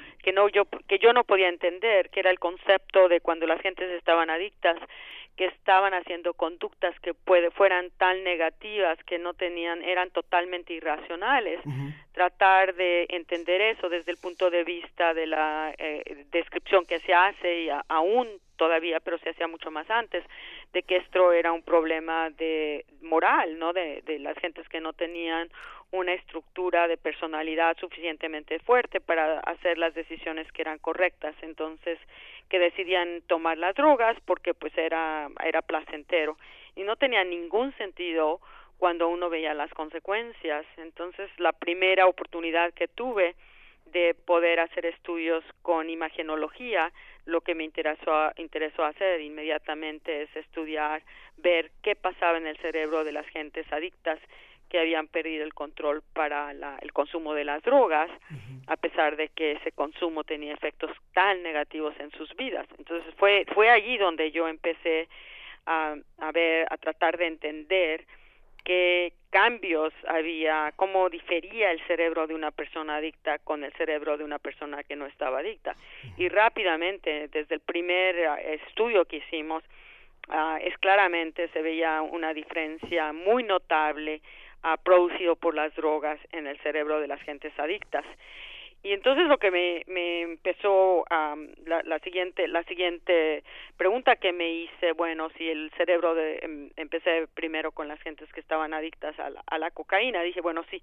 yo no podía entender, que era el concepto de cuando las gentes estaban adictas, que estaban haciendo conductas que fueran tan negativas que eran totalmente irracionales. Tratar de entender eso desde el punto de vista de la descripción que se hace, y aún todavía, pero se hacía mucho más antes, de que esto era un problema de moral, ¿no? De las gentes que no tenían una estructura de personalidad suficientemente fuerte para hacer las decisiones que eran correctas, entonces que decidían tomar las drogas porque pues era placentero, y no tenía ningún sentido cuando uno veía las consecuencias. Entonces la primera oportunidad que tuve de poder hacer estudios con imagenología, lo que me interesó hacer inmediatamente es estudiar, ver qué pasaba en el cerebro de las gentes adictas que habían perdido el control para el consumo de las drogas, a pesar de que ese consumo tenía efectos tan negativos en sus vidas. Entonces fue allí donde yo empecé a tratar de entender qué cambios había, cómo difería el cerebro de una persona adicta con el cerebro de una persona que no estaba adicta. Y rápidamente, desde el primer estudio que hicimos, claramente se veía una diferencia muy notable producido por las drogas en el cerebro de las gentes adictas. Y entonces lo que me empezó, la siguiente pregunta que me hice, bueno, si el cerebro empecé primero con las gentes que estaban adictas a la cocaína, dije, bueno, sí,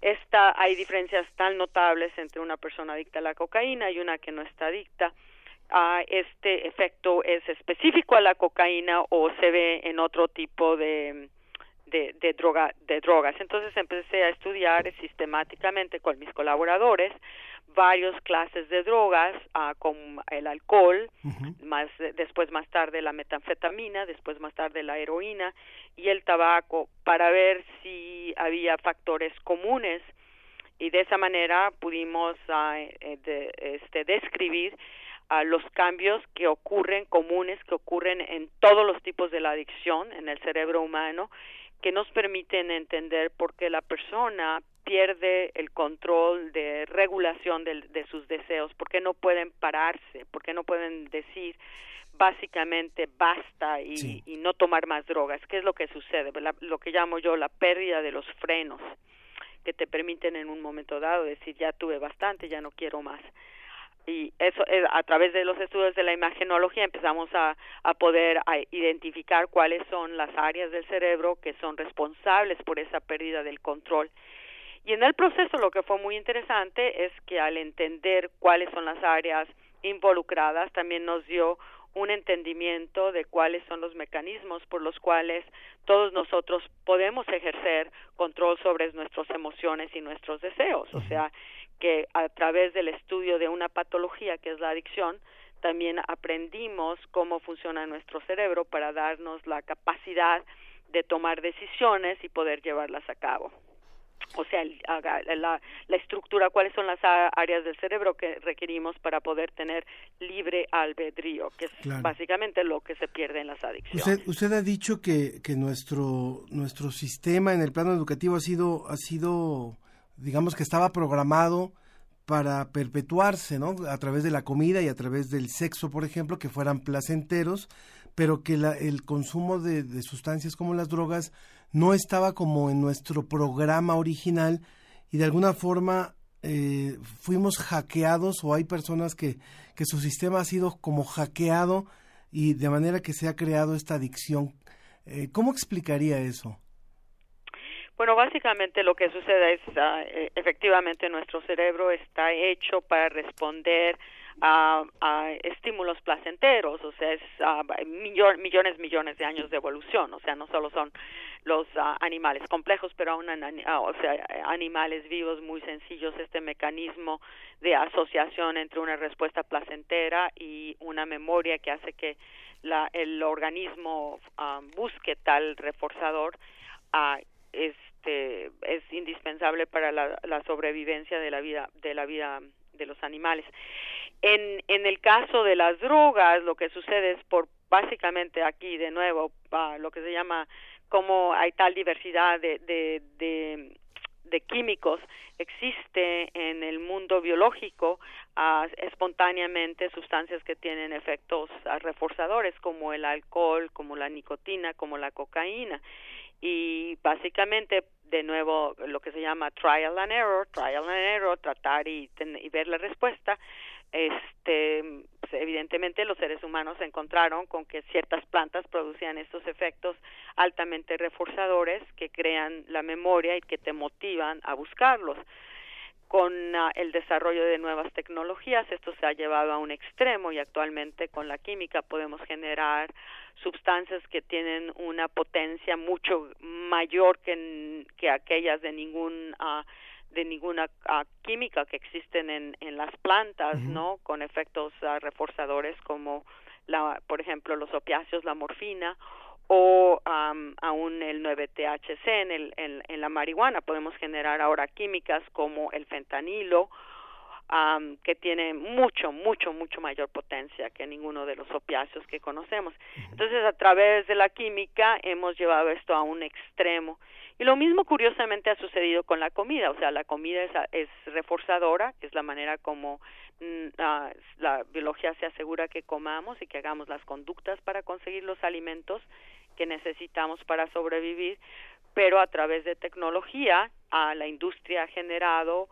hay diferencias tan notables entre una persona adicta a la cocaína y una que no está adicta. este efecto es específico a la cocaína o se ve en otro tipo de drogas. Entonces empecé a estudiar sistemáticamente con mis colaboradores varias clases de drogas, como el alcohol, después más tarde la metanfetamina, después más tarde la heroína y el tabaco, para ver si había factores comunes, y de esa manera pudimos describir los cambios que ocurren, comunes, que ocurren en todos los tipos de la adicción en el cerebro humano, que nos permiten entender por qué la persona pierde el control de regulación de sus deseos, por qué no pueden pararse, por qué no pueden decir básicamente basta y no tomar más drogas. ¿Qué es lo que sucede? Lo que llamo yo la pérdida de los frenos, que te permiten en un momento dado decir ya tuve bastante, ya no quiero más. Y eso, a través de los estudios de la imagenología empezamos a poder identificar cuáles son las áreas del cerebro que son responsables por esa pérdida del control. Y en el proceso lo que fue muy interesante es que al entender cuáles son las áreas involucradas, también nos dio un entendimiento de cuáles son los mecanismos por los cuales todos nosotros podemos ejercer control sobre nuestras emociones y nuestros deseos. O sea, que a través del estudio de una patología que es la adicción, también aprendimos cómo funciona nuestro cerebro para darnos la capacidad de tomar decisiones y poder llevarlas a cabo. O sea, la estructura, cuáles son las áreas del cerebro que requerimos para poder tener libre albedrío, que es básicamente lo que se pierde en las adicciones. Usted ha dicho que nuestro sistema en el plano educativo ha sido, digamos que estaba programado para perpetuarse, ¿no? A través de la comida y a través del sexo, por ejemplo, que fueran placenteros, pero que el consumo de sustancias como las drogas no estaba como en nuestro programa original y de alguna forma fuimos hackeados, o hay personas que su sistema ha sido como hackeado y de manera que se ha creado esta adicción. ¿Cómo explicaría eso? Bueno, básicamente lo que sucede es efectivamente nuestro cerebro está hecho para responder a estímulos placenteros, o sea, es millones de años de evolución, o sea, no solo son los animales complejos, pero aún animales vivos muy sencillos, este mecanismo de asociación entre una respuesta placentera y una memoria que hace que el organismo busque tal reforzador, es indispensable para la sobrevivencia de la vida de los animales. En el caso de las drogas, lo que sucede es básicamente aquí de nuevo lo que se llama, como hay tal diversidad de químicos, existe en el mundo biológico espontáneamente sustancias que tienen efectos reforzadores, como el alcohol, como la nicotina, como la cocaína. Y básicamente, de nuevo, lo que se llama trial and error, tratar y ver la respuesta. Evidentemente los seres humanos se encontraron con que ciertas plantas producían estos efectos altamente reforzadores que crean la memoria y que te motivan a buscarlos. Con el desarrollo de nuevas tecnologías, esto se ha llevado a un extremo y actualmente con la química podemos generar sustancias que tienen una potencia mucho mayor que aquellas de ninguna química que existen en las plantas, ¿no? Con efectos reforzadores como por ejemplo los opiáceos, la morfina, o aún el 9-THC en la marihuana. Podemos generar ahora químicas como el fentanilo, que tiene mucho mayor potencia que ninguno de los opiáceos que conocemos. Entonces, a través de la química hemos llevado esto a un extremo. Y lo mismo, curiosamente, ha sucedido con la comida. O sea, la comida es reforzadora, es la manera como la biología se asegura que comamos y que hagamos las conductas para conseguir los alimentos que necesitamos para sobrevivir, pero a través de tecnología, la industria ha generado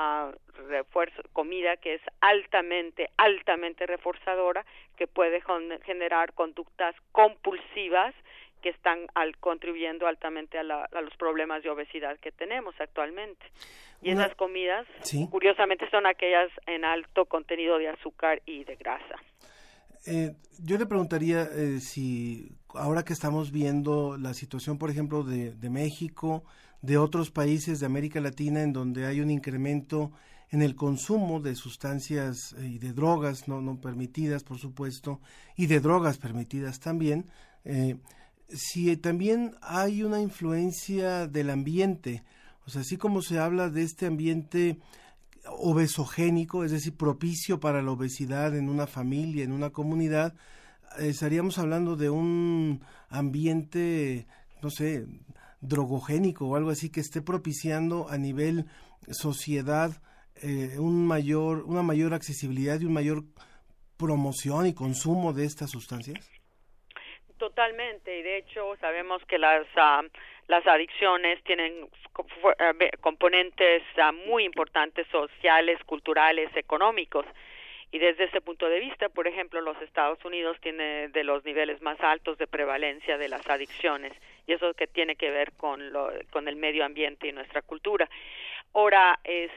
comida que es altamente reforzadora, que puede generar conductas compulsivas que están contribuyendo altamente a los problemas de obesidad que tenemos actualmente. Y esas comidas, curiosamente, son aquellas en alto contenido de azúcar y de grasa. Yo le preguntaría si ahora que estamos viendo la situación, por ejemplo, de México, de otros países de América Latina, en donde hay un incremento en el consumo de sustancias y de drogas no permitidas, por supuesto, y de drogas permitidas también, si también hay una influencia del ambiente, o sea, así como se habla de este ambiente obesogénico, es decir, propicio para la obesidad en una familia, en una comunidad, estaríamos hablando de un ambiente, no sé, drogogénico o algo así, que esté propiciando a nivel sociedad una mayor accesibilidad y una mayor promoción y consumo de estas sustancias. Totalmente, y de hecho sabemos que las adicciones tienen componentes muy importantes sociales, culturales, económicos, y desde ese punto de vista, por ejemplo, los Estados Unidos tiene de los niveles más altos de prevalencia de las adicciones, y eso que tiene que ver con el medio ambiente y nuestra cultura. Ahora,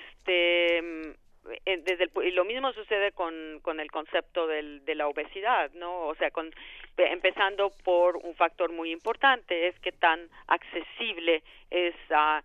y lo mismo sucede con el concepto de la obesidad, ¿no? O sea, empezando por un factor muy importante, es qué tan accesible es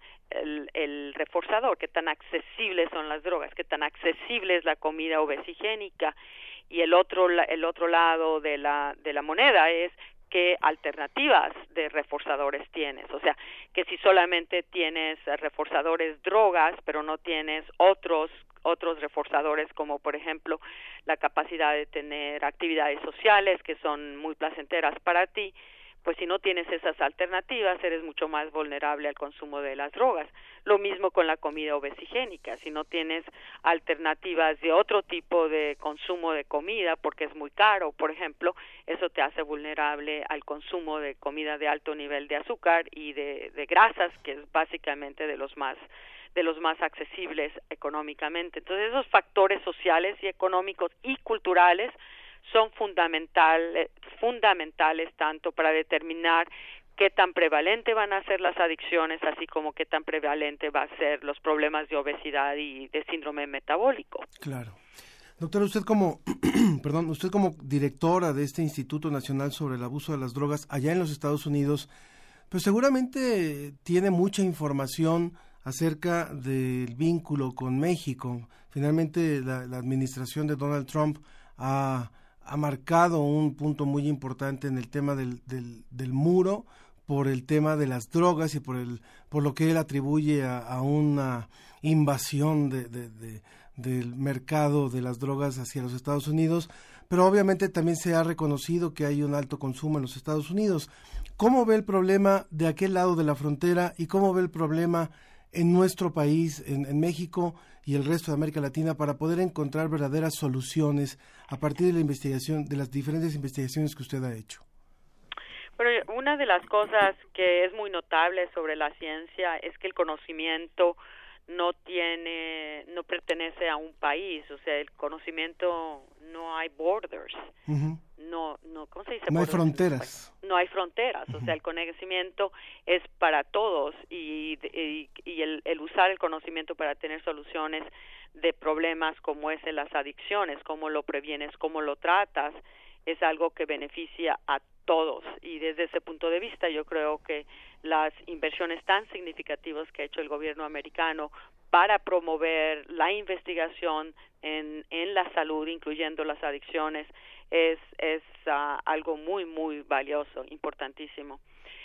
el reforzador, qué tan accesibles son las drogas, qué tan accesible es la comida obesigénica, y el otro lado de la moneda es qué alternativas de reforzadores tienes, o sea, que si solamente tienes reforzadores drogas, pero no tienes otros reforzadores, como por ejemplo la capacidad de tener actividades sociales que son muy placenteras para ti, pues si no tienes esas alternativas eres mucho más vulnerable al consumo de las drogas. Lo mismo con la comida obesigénica, si no tienes alternativas de otro tipo de consumo de comida porque es muy caro, por ejemplo, eso te hace vulnerable al consumo de comida de alto nivel de azúcar y de grasas, que es básicamente de los más accesibles económicamente. Entonces, esos factores sociales y económicos y culturales son fundamentales tanto para determinar qué tan prevalente van a ser las adicciones, así como qué tan prevalente va a ser los problemas de obesidad y de síndrome metabólico. Claro. Doctora, usted como directora de este Instituto Nacional sobre el Abuso de las Drogas allá en los Estados Unidos, pues seguramente tiene mucha información acerca del vínculo con México. Finalmente, la administración de Donald Trump ha marcado un punto muy importante en el tema del muro, por el tema de las drogas y por lo que él atribuye a una invasión del mercado de las drogas hacia los Estados Unidos, pero obviamente también se ha reconocido que hay un alto consumo en los Estados Unidos. ¿Cómo ve el problema de aquel lado de la frontera y cómo ve el problema en nuestro país, en México y el resto de América Latina, para poder encontrar verdaderas soluciones a partir de la investigación, de las diferentes investigaciones que usted ha hecho? Bueno, una de las cosas que es muy notable sobre la ciencia es que el conocimiento no pertenece a un país, o sea, el conocimiento no hay borders. Uh-huh. No, ¿cómo se dice? No hay fronteras. No hay fronteras, o sea, el conocimiento es para todos y el usar el conocimiento para tener soluciones de problemas como es en las adicciones, cómo lo previenes, cómo lo tratas, es algo que beneficia a todos, y desde ese punto de vista yo creo que las inversiones tan significativas que ha hecho el gobierno americano para promover la investigación en la salud, incluyendo las adicciones, es algo muy, muy valioso, importantísimo.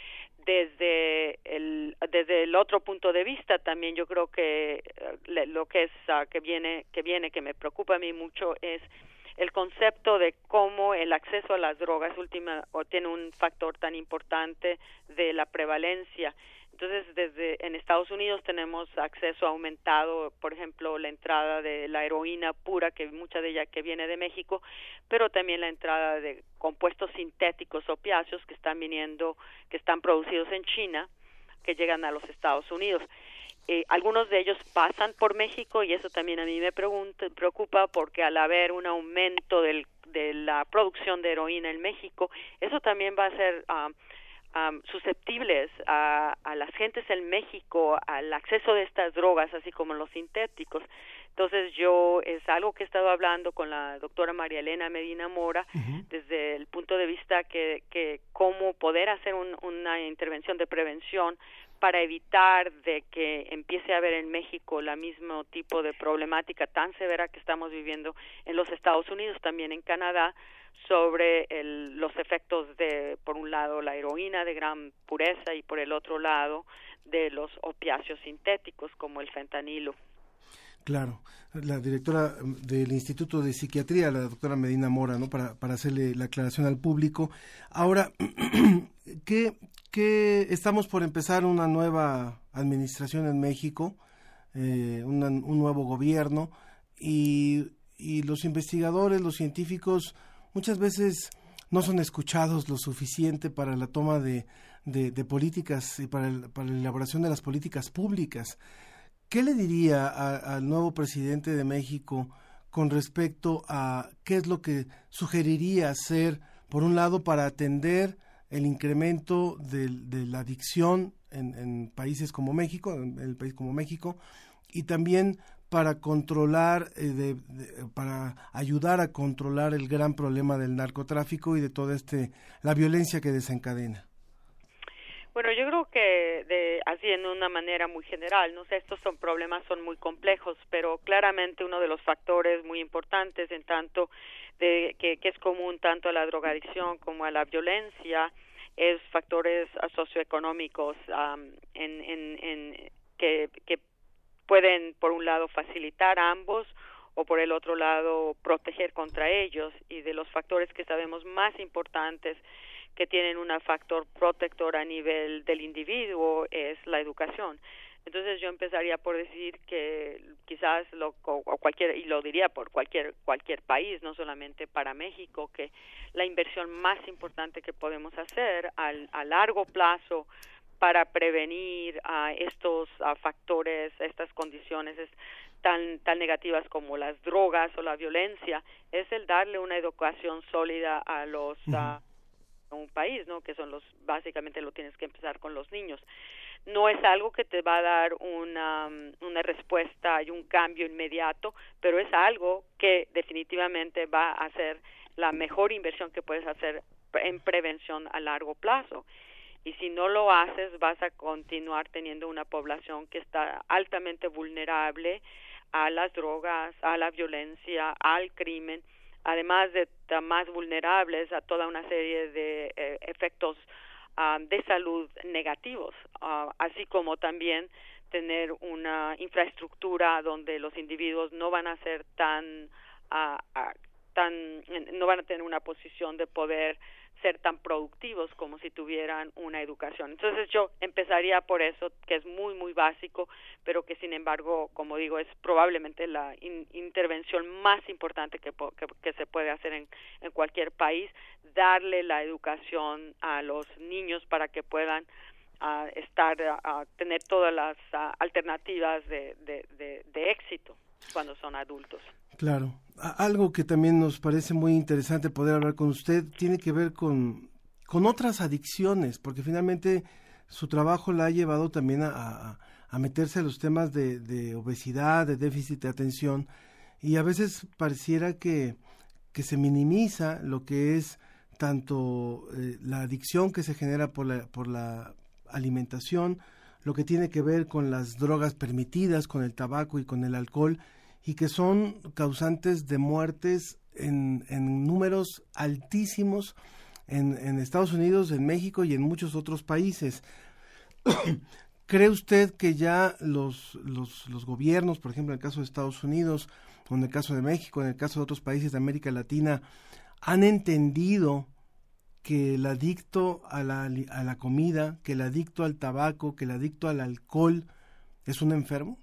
Desde el otro punto de vista también yo creo que lo que es que me preocupa a mí mucho es el concepto de cómo el acceso a las drogas tiene un factor tan importante de la prevalencia. Entonces, en Estados Unidos tenemos acceso aumentado, por ejemplo, la entrada de la heroína pura, que mucha de ella que viene de México, pero también la entrada de compuestos sintéticos opiáceos que están producidos en China, que llegan a los Estados Unidos. Algunos de ellos pasan por México y eso también a mí me preocupa, porque al haber un aumento de la producción de heroína en México, eso también va a ser susceptibles a las gentes en México al acceso de estas drogas, así como los sintéticos. Entonces es algo que he estado hablando con la doctora María Elena Medina Mora, desde el punto de vista que cómo poder hacer una intervención de prevención para evitar de que empiece a haber en México el mismo tipo de problemática tan severa que estamos viviendo en los Estados Unidos, también en Canadá, sobre los efectos de, por un lado, la heroína de gran pureza y por el otro lado, de los opiáceos sintéticos como el fentanilo. Claro, la directora del Instituto de Psiquiatría, la doctora Medina Mora, ¿no? Para hacerle la aclaración al público. Ahora, que estamos por empezar una nueva administración en México, un nuevo gobierno, y los investigadores, los científicos, muchas veces no son escuchados lo suficiente para la toma de políticas y para la elaboración de las políticas públicas. ¿Qué le diría al nuevo presidente de México con respecto a qué es lo que sugeriría hacer, por un lado, para atender el incremento de la adicción en países como México, en el país como México, y también para controlar, para ayudar a controlar el gran problema del narcotráfico y de toda la violencia que desencadena? Bueno, yo creo que así en una manera muy general, no sé, estos problemas son muy complejos, pero claramente uno de los factores muy importantes en tanto que es común tanto a la drogadicción como a la violencia es factores socioeconómicos que pueden por un lado facilitar a ambos o por el otro lado proteger contra ellos, y de los factores que sabemos más importantes que tienen un factor protector a nivel del individuo es la educación. Entonces yo empezaría por decir que quizás y lo diría por cualquier país, no solamente para México, que la inversión más importante que podemos hacer a largo plazo para prevenir estos factores, estas condiciones tan negativas como las drogas o la violencia, es el darle una educación sólida a los un país, ¿no? Que son básicamente lo tienes que empezar con los niños. No es algo que te va a dar una respuesta y un cambio inmediato, pero es algo que definitivamente va a ser la mejor inversión que puedes hacer en prevención a largo plazo. Y si no lo haces, vas a continuar teniendo una población que está altamente vulnerable a las drogas, a la violencia, al crimen, además de más vulnerables a toda una serie de efectos de salud negativos, así como también tener una infraestructura donde los individuos no van a ser no van a tener una posición de poder ser tan productivos como si tuvieran una educación. Entonces yo empezaría por eso, que es muy, muy básico, pero que sin embargo, como digo, es probablemente la intervención más importante que se puede hacer en cualquier país, darle la educación a los niños para que puedan tener todas las alternativas de éxito cuando son adultos. Claro. Algo que también nos parece muy interesante poder hablar con usted tiene que ver con otras adicciones, porque finalmente su trabajo la ha llevado también a meterse a los temas de obesidad, de déficit de atención, y a veces pareciera que se minimiza lo que es tanto la adicción que se genera por la alimentación, lo que tiene que ver con las drogas permitidas, con el tabaco y con el alcohol, y que son causantes de muertes en números altísimos en Estados Unidos, en México y en muchos otros países. ¿Cree usted que ya los gobiernos, por ejemplo en el caso de Estados Unidos, o en el caso de México, en el caso de otros países de América Latina, han entendido que el adicto a la comida, que el adicto al tabaco, que el adicto al alcohol es un enfermo?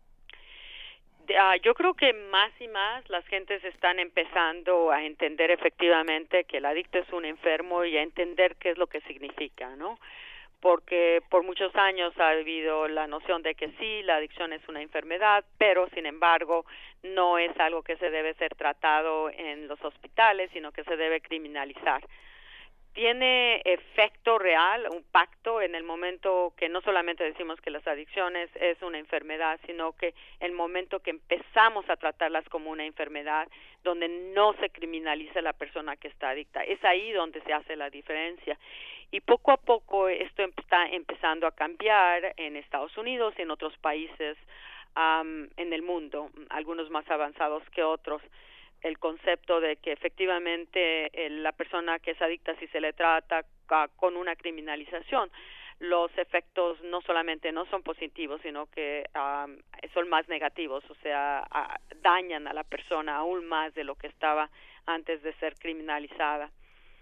Yo creo que más y más las gentes están empezando a entender efectivamente que el adicto es un enfermo y a entender qué es lo que significa, ¿no? Porque por muchos años ha habido la noción de que sí, la adicción es una enfermedad, pero sin embargo no es algo que se debe ser tratado en los hospitales, sino que se debe criminalizar. tiene efecto real, un pacto en el momento que no solamente decimos que las adicciones es una enfermedad, sino que el momento que empezamos a tratarlas como una enfermedad, donde no se criminaliza a la persona que está adicta. Es ahí donde se hace la diferencia. Y poco a poco esto está empezando a cambiar en Estados Unidos y en otros países en el mundo, algunos más avanzados que otros. El concepto de que efectivamente la persona que es adicta, si se le trata con una criminalización, los efectos no solamente no son positivos, sino que son más negativos, o sea, dañan a la persona aún más de lo que estaba antes de ser criminalizada.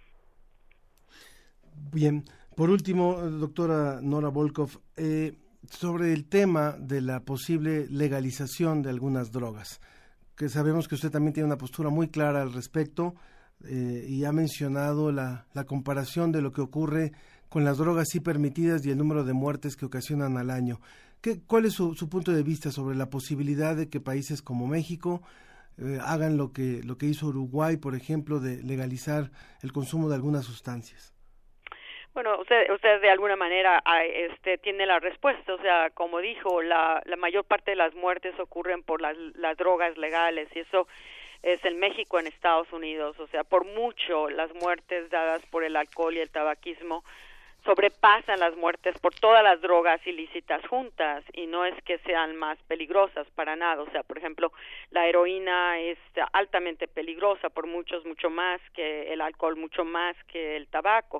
Bien, por último, doctora Nora Volkov, sobre el tema de la posible legalización de algunas drogas, que sabemos que usted también tiene una postura muy clara al respecto y ha mencionado la comparación de lo que ocurre con las drogas sí permitidas y el número de muertes que ocasionan al año. ¿Cuál es su punto de vista sobre la posibilidad de que países como México hagan lo que hizo Uruguay, por ejemplo, de legalizar el consumo de algunas sustancias? Bueno, usted de alguna manera tiene la respuesta, o sea, como dijo, la mayor parte de las muertes ocurren por las drogas legales, y eso es en México, en Estados Unidos, o sea, por mucho las muertes dadas por el alcohol y el tabaquismo sobrepasan las muertes por todas las drogas ilícitas juntas, y no es que sean más peligrosas para nada, o sea, por ejemplo, la heroína es altamente peligrosa por mucho más que el alcohol, mucho más que el tabaco.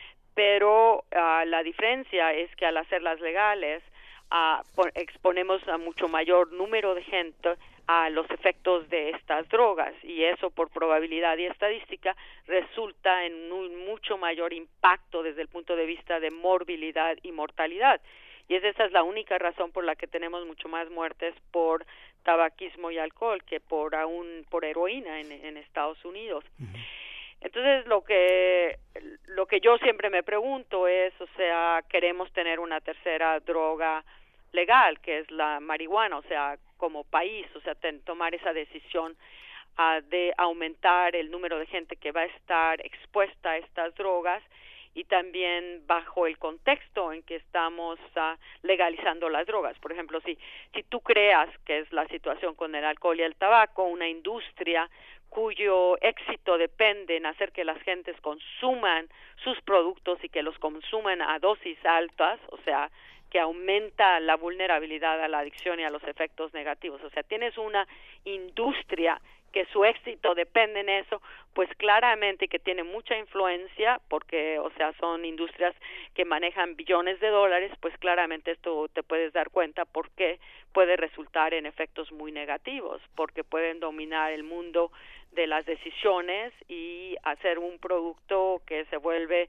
Pero la diferencia es que al hacerlas legales exponemos a mucho mayor número de gente a los efectos de estas drogas, y eso por probabilidad y estadística resulta en un mucho mayor impacto desde el punto de vista de morbilidad y mortalidad. Y esa es la única razón por la que tenemos mucho más muertes por tabaquismo y alcohol que por heroína en Estados Unidos. Uh-huh. Entonces lo que yo siempre me pregunto es, o sea, queremos tener una tercera droga legal, que es la marihuana, o sea, como país, o sea, tomar esa decisión de aumentar el número de gente que va a estar expuesta a estas drogas, y también bajo el contexto en que estamos legalizando las drogas. Por ejemplo, si tú creas que es la situación con el alcohol y el tabaco, una industria cuyo éxito depende en hacer que las gentes consuman sus productos y que los consuman a dosis altas, o sea, que aumenta la vulnerabilidad a la adicción y a los efectos negativos. O sea, tienes una industria que su éxito depende en eso, pues claramente que tiene mucha influencia, porque, o sea, son industrias que manejan billones de dólares, pues claramente esto te puedes dar cuenta porque puede resultar en efectos muy negativos, porque pueden dominar el mundo de las decisiones y hacer un producto que se vuelve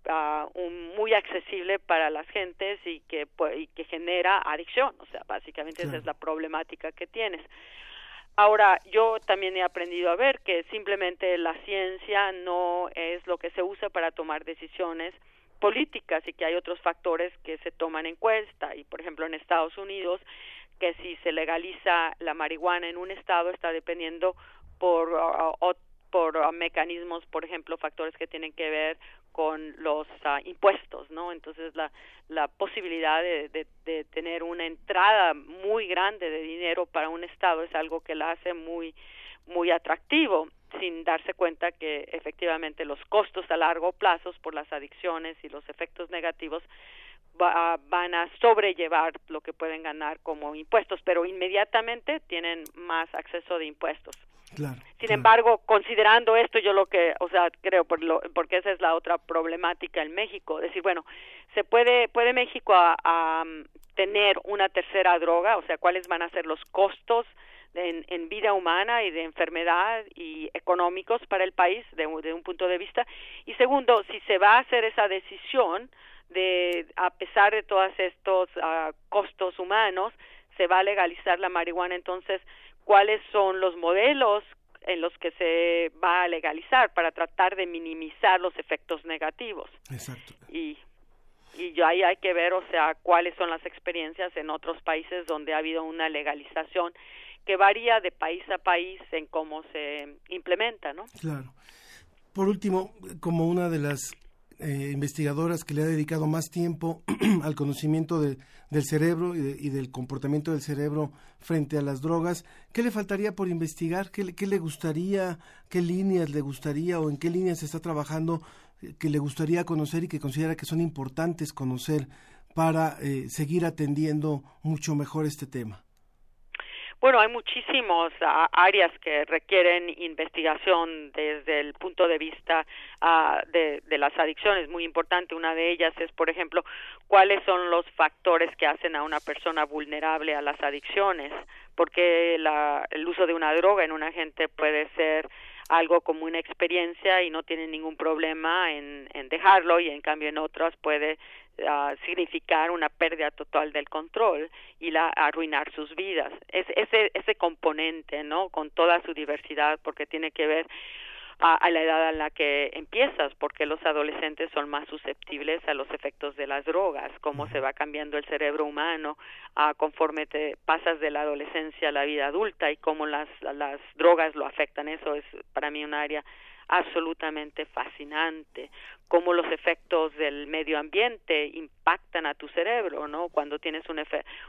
muy accesible para las gentes y que genera adicción. O sea, básicamente esa es la problemática que tienes. Ahora, yo también he aprendido a ver que simplemente la ciencia no es lo que se usa para tomar decisiones políticas, y que hay otros factores que se toman en cuenta. Y, por ejemplo, en Estados Unidos, que si se legaliza la marihuana en un estado, está dependiendo por mecanismos, por ejemplo, factores que tienen que ver con los impuestos, ¿no? Entonces la posibilidad de tener una entrada muy grande de dinero para un estado es algo que la hace muy muy atractivo, sin darse cuenta que efectivamente los costos a largo plazo por las adicciones y los efectos negativos van a sobrellevar lo que pueden ganar como impuestos, pero inmediatamente tienen más acceso de impuestos. Claro, Sin embargo, considerando esto, yo creo, porque esa es la otra problemática en México, decir, bueno, ¿puede México tener una tercera droga? O sea, ¿cuáles van a ser los costos en vida humana y de enfermedad y económicos para el país de un punto de vista? Y segundo, si se va a hacer esa decisión a pesar de todos estos costos humanos, se va a legalizar la marihuana, entonces, ¿cuáles son los modelos en los que se va a legalizar para tratar de minimizar los efectos negativos? Exacto. Y ahí hay que ver, o sea, cuáles son las experiencias en otros países donde ha habido una legalización que varía de país a país en cómo se implementa, ¿no? Claro. Por último, como una de las investigadoras que le ha dedicado más tiempo al conocimiento del cerebro y del comportamiento del cerebro frente a las drogas. ¿Qué le faltaría por investigar? ¿Qué le gustaría? ¿Qué líneas le gustaría o en qué líneas se está trabajando que le gustaría conocer y que considera que son importantes conocer para seguir atendiendo mucho mejor este tema? Bueno, hay muchísimas áreas que requieren investigación desde el punto de vista de las adicciones. Muy importante, una de ellas es, por ejemplo, cuáles son los factores que hacen a una persona vulnerable a las adicciones, porque el uso de una droga en una gente puede ser algo como una experiencia y no tiene ningún problema en dejarlo, y en cambio en otras puede significar una pérdida total del control y arruinar sus vidas. Ese componente, ¿no? Con toda su diversidad, porque tiene que ver a la edad en la que empiezas, porque los adolescentes son más susceptibles a los efectos de las drogas, cómo se va cambiando el cerebro humano conforme te pasas de la adolescencia a la vida adulta y cómo las drogas lo afectan. Eso es para mí un área absolutamente fascinante, cómo los efectos del medio ambiente impactan a tu cerebro, ¿no? Cuando tienes un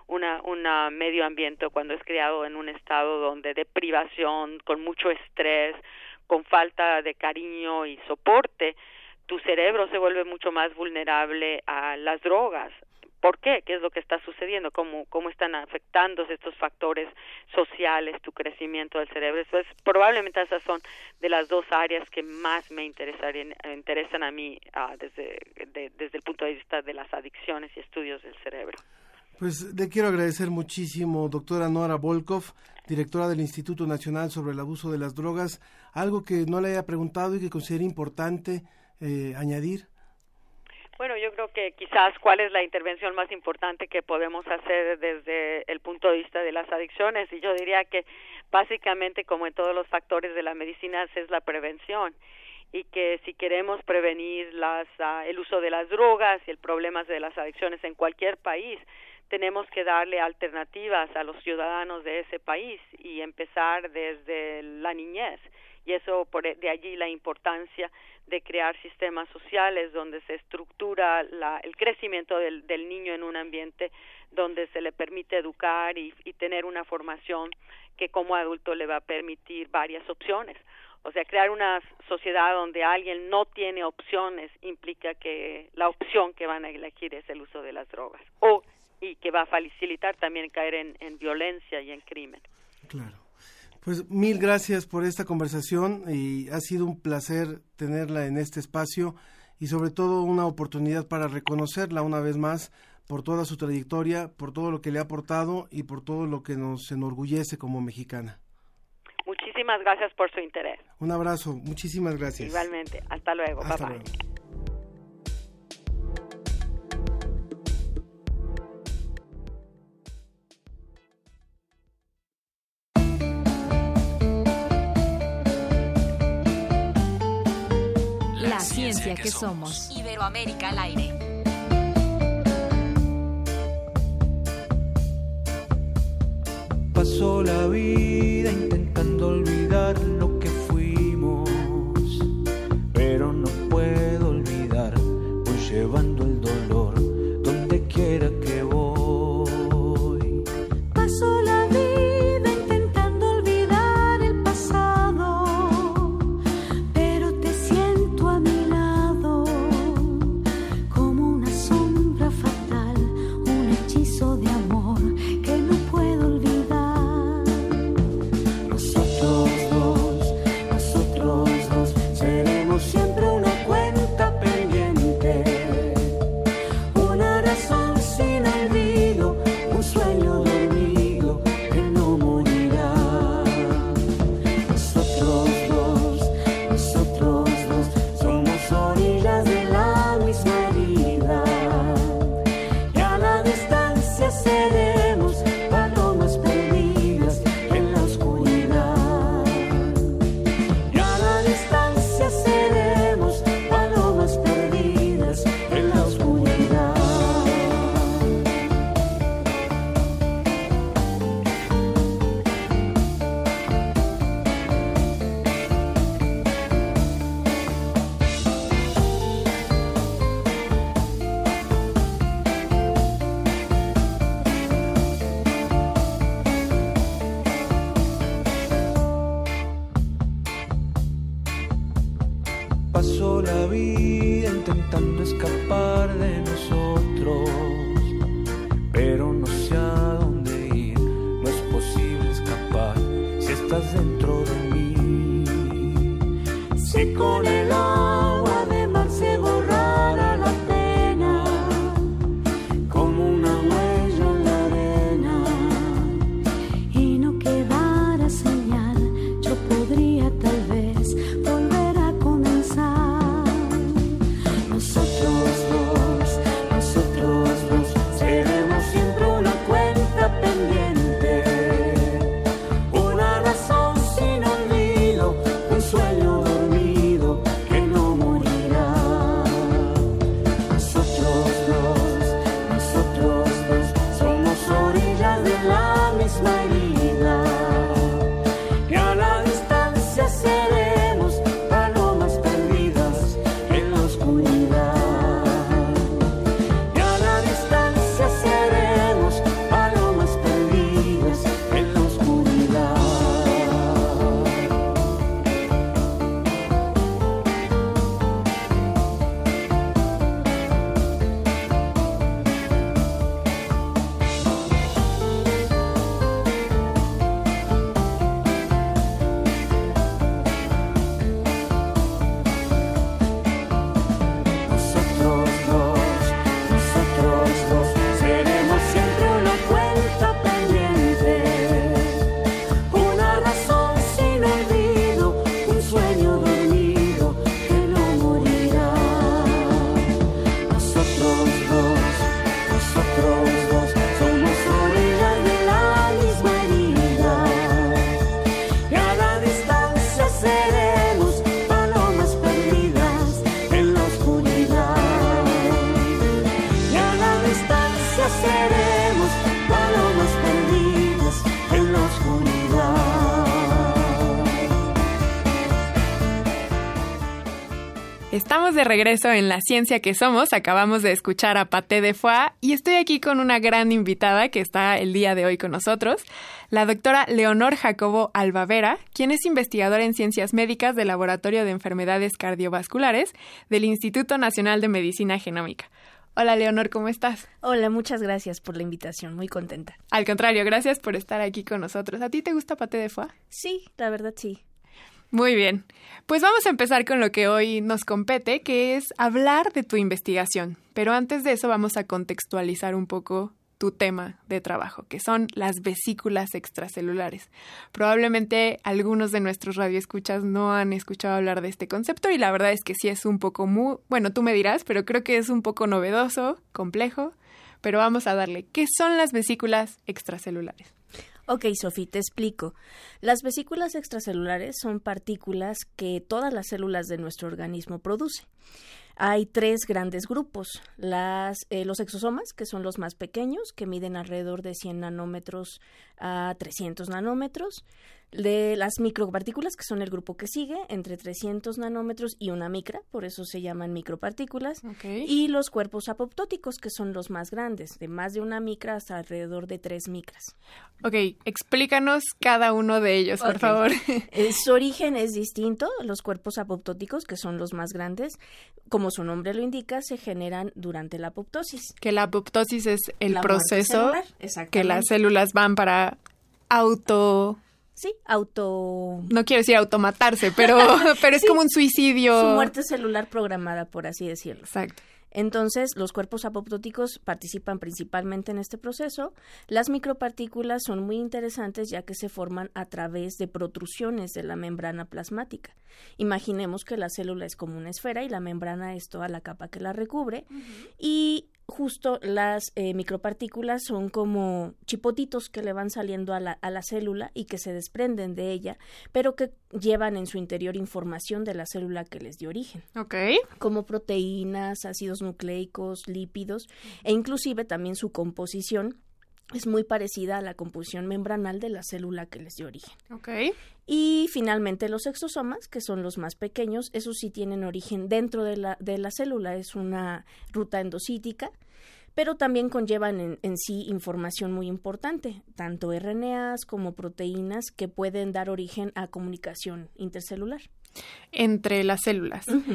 medio ambiente, cuando es criado en un estado donde de privación, con mucho estrés, con falta de cariño y soporte, tu cerebro se vuelve mucho más vulnerable a las drogas. ¿Por qué? ¿Qué es lo que está sucediendo? ¿Cómo están afectando estos factores sociales tu crecimiento del cerebro? Entonces, probablemente esas son de las dos áreas que más me interesan a mí desde el punto de vista de las adicciones y estudios del cerebro. Pues le quiero agradecer muchísimo, doctora Nora Volkow, directora del Instituto Nacional sobre el Abuso de las Drogas. Algo que no le haya preguntado y que considere importante añadir. Bueno, yo creo que quizás cuál es la intervención más importante que podemos hacer desde el punto de vista de las adicciones, y yo diría que básicamente, como en todos los factores de la medicina, es la prevención, y que si queremos prevenir el uso de las drogas y el problema de las adicciones en cualquier país, tenemos que darle alternativas a los ciudadanos de ese país y empezar desde la niñez. Y eso, de allí la importancia de crear sistemas sociales donde se estructura el crecimiento del niño en un ambiente donde se le permite educar y tener una formación que como adulto le va a permitir varias opciones. O sea, crear una sociedad donde alguien no tiene opciones implica que la opción que van a elegir es el uso de las drogas, y que va a facilitar también caer en violencia y en crimen. Claro. Pues mil gracias por esta conversación, y ha sido un placer tenerla en este espacio y sobre todo una oportunidad para reconocerla una vez más por toda su trayectoria, por todo lo que le ha aportado y por todo lo que nos enorgullece como mexicana. Muchísimas gracias por su interés. Un abrazo, muchísimas gracias. Igualmente, hasta luego. Hasta bye bye. Luego. La ciencia que somos. Iberoamérica al aire. Paso la vida intentando olvidar lo que fuimos, pero no puedo olvidar, voy llevando el dolor donde quiera que voy. Paso la vida intentando olvidar el pasado, pero te siento a mi lado como una sombra fatal, un hechizo de amor que no puedo olvidar. la vida intentando escapar de nosotros, pero no sé a dónde ir, no es posible escapar si estás dentro de mí. Si con el agua de mar se borrara la pena, como una huella en la arena, y no quedara señal, yo podría tal vez volver a comenzar. nosotros dos seremos siempre una cuenta pendiente, una razón sin olvido, un sueño dormido que no morirá. Nosotros dos somos orillas de la misma herida, y a la distancia seremos palomas perdidas en la oscuridad. Y a la distancia seremos palomas perdidas en la oscuridad. Nosotros dos seremos siempre una cuenta pendiente, una razón sin olvido, un sueño dormido que no morirá. Nosotros dos somos orillas de la misma herida, y a la distancia seremos palomas perdidas en la oscuridad. Y a la distancia seremos palomas perdidas en la oscuridad. Estamos de regreso en La Ciencia que Somos. Acabamos de escuchar a Paté de Foix y estoy aquí con una gran invitada que está el día de hoy con nosotros, la doctora Leonor Jacobo Albavera, quien es investigadora en Ciencias Médicas del Laboratorio de Enfermedades Cardiovasculares del Instituto Nacional de Medicina Genómica. Hola Leonor, ¿cómo estás? Hola, muchas gracias por la invitación, muy contenta. Al contrario, gracias por estar aquí con nosotros. ¿A ti te gusta Paté de Foix? Sí, la verdad sí. Muy bien, pues vamos a empezar con lo que hoy nos compete, que es hablar de tu investigación. Pero antes de eso vamos a contextualizar un poco tu tema de trabajo, que son las vesículas extracelulares. Probablemente algunos de nuestros radioescuchas no han escuchado hablar de este concepto y la verdad es que sí es un poco bueno, tú me dirás, pero creo que es un poco novedoso, complejo, pero vamos a darle. ¿Qué son las vesículas extracelulares? Ok, Sofi, te explico. Las vesículas extracelulares son partículas que todas las células de nuestro organismo producen. Hay 3 grandes grupos. Los exosomas, que son los más pequeños, que miden alrededor de 100 nanómetros a 300 nanómetros. De las micropartículas, que son el grupo que sigue, entre 300 nanómetros y una micra, por eso se llaman micropartículas. Okay. Y los cuerpos apoptóticos, que son los más grandes, de más de una micra hasta alrededor de 3 micras. Ok, explícanos cada uno de ellos, por favor. Su origen es distinto. Los cuerpos apoptóticos, que son los más grandes, como su nombre lo indica, se generan durante la apoptosis. Que la apoptosis es el La proceso muerte celular, que las células van para no quiero decir automatarse, pero es Sí. como un suicidio. Su muerte celular programada, por así decirlo. Exacto. Entonces, los cuerpos apoptóticos participan principalmente en este proceso. Las micropartículas son muy interesantes ya que se forman a través de protrusiones de la membrana plasmática. Imaginemos que la célula es como una esfera y la membrana es toda la capa que la recubre. Y justo las micropartículas son como chipotitos que le van saliendo a la célula y que se desprenden de ella, pero que llevan en su interior información de la célula que les dio origen. Okay. Como proteínas, ácidos nucleicos, lípidos e inclusive también su composición es muy parecida a la composición membranal de la célula que les dio origen. Okay. Y finalmente los exosomas, que son los más pequeños, esos sí tienen origen dentro de la célula, es una ruta endocítica, pero también conllevan en sí información muy importante, tanto RNAs como proteínas que pueden dar origen a comunicación intercelular. Entre las células. Uh-huh.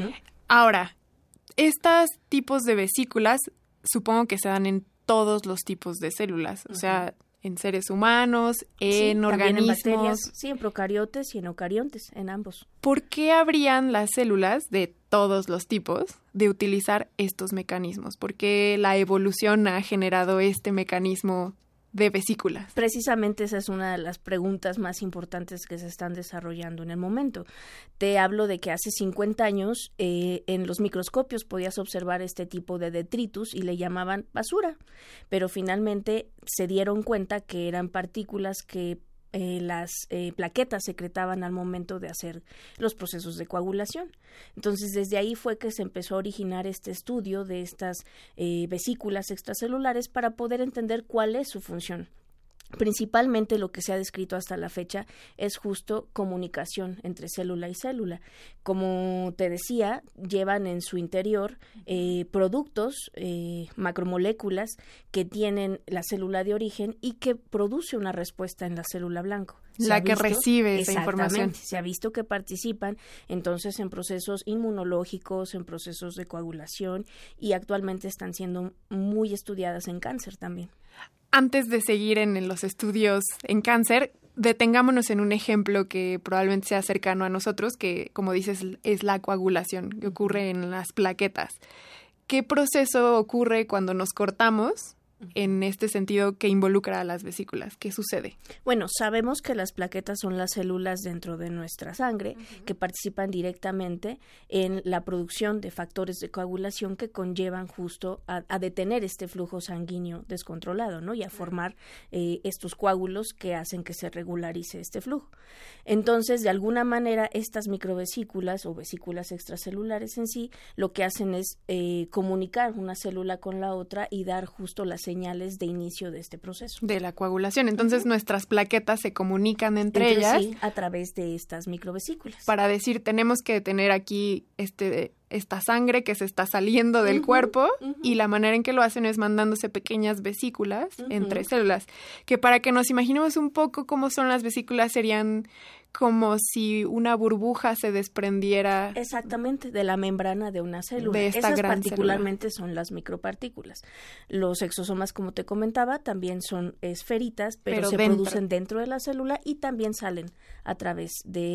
Ahora, estos tipos de vesículas supongo que se dan en todos los tipos de células, o sea, en seres humanos, en organismos. En bacterias, sí, en procariotes y en eucariontes, en ambos. ¿Por qué habrían las células de todos los tipos de utilizar estos mecanismos? ¿Por qué la evolución ha generado este mecanismo de vesículas? Precisamente esa es una de las preguntas más importantes que se están desarrollando en el momento. Te hablo de que hace 50 años en los microscopios podías observar este tipo de detritus y le llamaban basura, pero finalmente se dieron cuenta que eran partículas que las plaquetas secretaban al momento de hacer los procesos de coagulación. Entonces, desde ahí fue que se empezó a originar este estudio de estas vesículas extracelulares para poder entender cuál es su función. Principalmente lo que se ha descrito hasta la fecha es justo comunicación entre célula y célula. Como te decía, llevan en su interior productos, macromoléculas que tienen la célula de origen y que produce una respuesta en la célula blanco. La que recibe esa información. Se ha visto que participan entonces en procesos inmunológicos, en procesos de coagulación y actualmente están siendo muy estudiadas en cáncer también. Antes de seguir en los estudios en cáncer, detengámonos en un ejemplo que probablemente sea cercano a nosotros, que, como dices, es la coagulación que ocurre en las plaquetas. ¿Qué proceso ocurre cuando nos cortamos en este sentido que involucra a las vesículas? ¿Qué sucede? Bueno, sabemos que las plaquetas son las células dentro de nuestra sangre que participan directamente en la producción de factores de coagulación que conllevan justo a detener este flujo sanguíneo descontrolado, ¿no? Y a formar estos coágulos que hacen que se regularice este flujo. Entonces, de alguna manera, estas microvesículas o vesículas extracelulares en sí, lo que hacen es comunicar una célula con la otra y dar justo las señales de inicio de este proceso. De la coagulación. Entonces, nuestras plaquetas se comunican entre ellas. Sí, a través de estas microvesículas. Para decir, tenemos que tener aquí esta sangre que se está saliendo del cuerpo y la manera en que lo hacen es mandándose pequeñas vesículas entre células, que para que nos imaginemos un poco cómo son las vesículas serían como si una burbuja se desprendiera. Exactamente, de la membrana de una célula. De esta Esas gran particularmente célula. son las micropartículas. Los exosomas, como te comentaba, también son esferitas, pero se producen dentro de la célula y también salen a través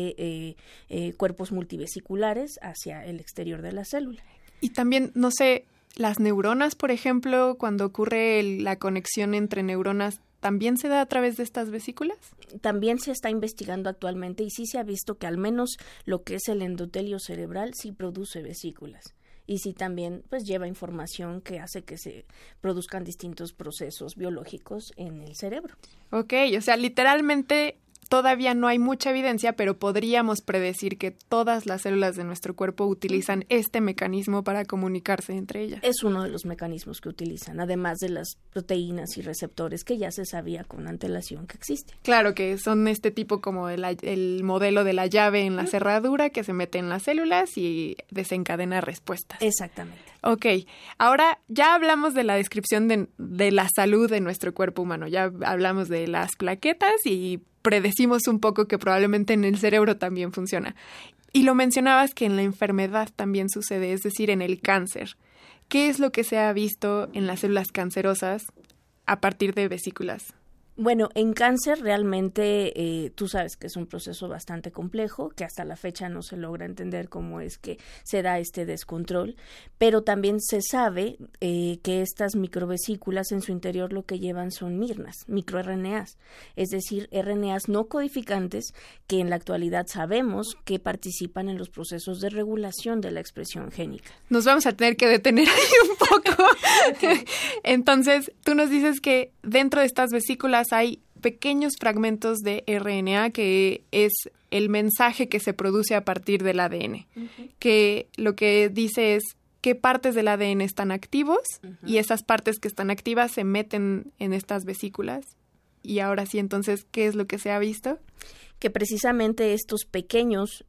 de cuerpos multivesiculares hacia el exterior de la célula. Y también, no sé, las neuronas, por ejemplo, cuando ocurre la conexión entre neuronas, ¿también se da a través de estas vesículas? También se está investigando actualmente y sí se ha visto que al menos lo que es el endotelio cerebral sí produce vesículas. Y sí también pues lleva información que hace que se produzcan distintos procesos biológicos en el cerebro. Ok, o sea, literalmente todavía no hay mucha evidencia, pero podríamos predecir que todas las células de nuestro cuerpo utilizan este mecanismo para comunicarse entre ellas. Es uno de los mecanismos que utilizan, además de las proteínas y receptores que ya se sabía con antelación que existen. Claro, que son este tipo como el modelo de la llave en la cerradura que se mete en las células y desencadena respuestas. Exactamente. Ok, ahora ya hablamos de la descripción de la salud de nuestro cuerpo humano, ya hablamos de las plaquetas y predecimos un poco que probablemente en el cerebro también funciona. Y lo mencionabas que en la enfermedad también sucede, es decir, en el cáncer. ¿Qué es lo que se ha visto en las células cancerosas a partir de vesículas? Bueno, en cáncer realmente tú sabes que es un proceso bastante complejo, que hasta la fecha no se logra entender cómo es que se da este descontrol, pero también se sabe que estas microvesículas en su interior lo que llevan son mirnas, microRNAs, es decir, RNAs no codificantes que en la actualidad sabemos que participan en los procesos de regulación de la expresión génica. Nos vamos a tener que detener ahí un poco. Okay. Entonces, tú nos dices que dentro de estas vesículas hay pequeños fragmentos de RNA que es el mensaje que se produce a partir del ADN, que lo que dice es qué partes del ADN están activos y esas partes que están activas se meten en estas vesículas. Y ahora sí, entonces, ¿qué es lo que se ha visto? Que precisamente estos pequeños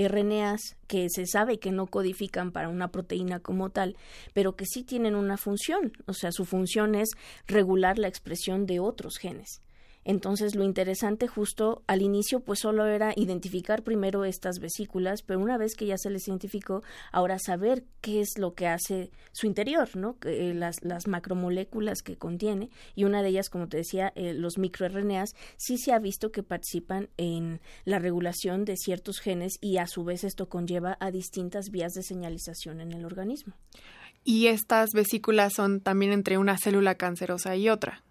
RNAs que se sabe que no codifican para una proteína como tal, pero que sí tienen una función, o sea, su función es regular la expresión de otros genes. Entonces, lo interesante justo al inicio, pues solo era identificar primero estas vesículas, pero una vez que ya se les identificó, ahora saber qué es lo que hace su interior, ¿no? Las macromoléculas que contiene, y una de ellas, como te decía, los microRNAs, sí se ha visto que participan en la regulación de ciertos genes y a su vez esto conlleva a distintas vías de señalización en el organismo. ¿Y estas vesículas son también entre una célula cancerosa y otra?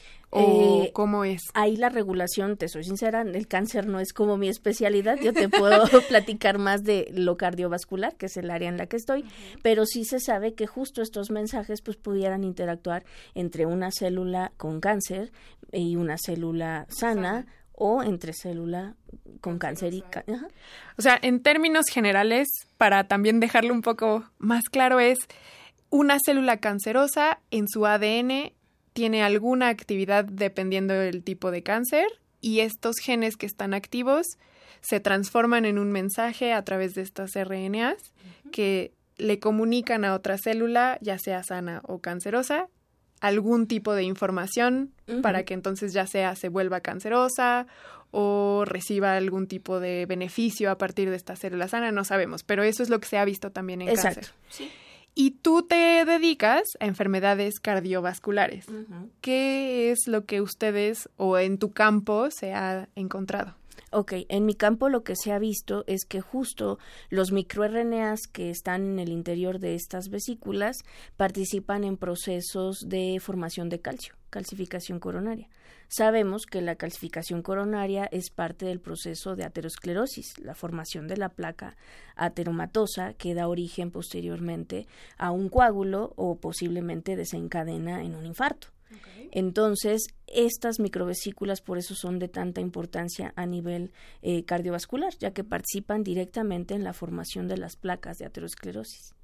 ¿O cómo es? Ahí la regulación, te soy sincera, el cáncer no es como mi especialidad, yo te puedo platicar más de lo cardiovascular, que es el área en la que estoy, pero sí se sabe que justo estos mensajes pues pudieran interactuar entre una célula con cáncer y una célula sana, o entre célula con cáncer y cáncer. O sea, en términos generales, para también dejarlo un poco más claro, es una célula cancerosa en su ADN tiene alguna actividad dependiendo del tipo de cáncer y estos genes que están activos se transforman en un mensaje a través de estas RNAs que le comunican a otra célula, ya sea sana o cancerosa, algún tipo de información para que entonces ya sea se vuelva cancerosa o reciba algún tipo de beneficio a partir de esta célula sana, no sabemos, pero eso es lo que se ha visto también en cáncer. Sí. Y tú te dedicas a enfermedades cardiovasculares. ¿Qué es lo que ustedes o en tu campo se ha encontrado? Ok, en mi campo lo que se ha visto es que justo los microRNAs que están en el interior de estas vesículas participan en procesos de formación de calcio, calcificación coronaria. Sabemos que la calcificación coronaria es parte del proceso de aterosclerosis, la formación de la placa ateromatosa que da origen posteriormente a un coágulo o posiblemente desencadena en un infarto. Entonces, estas microvesículas por eso son de tanta importancia a nivel cardiovascular, ya que participan directamente en la formación de las placas de aterosclerosis.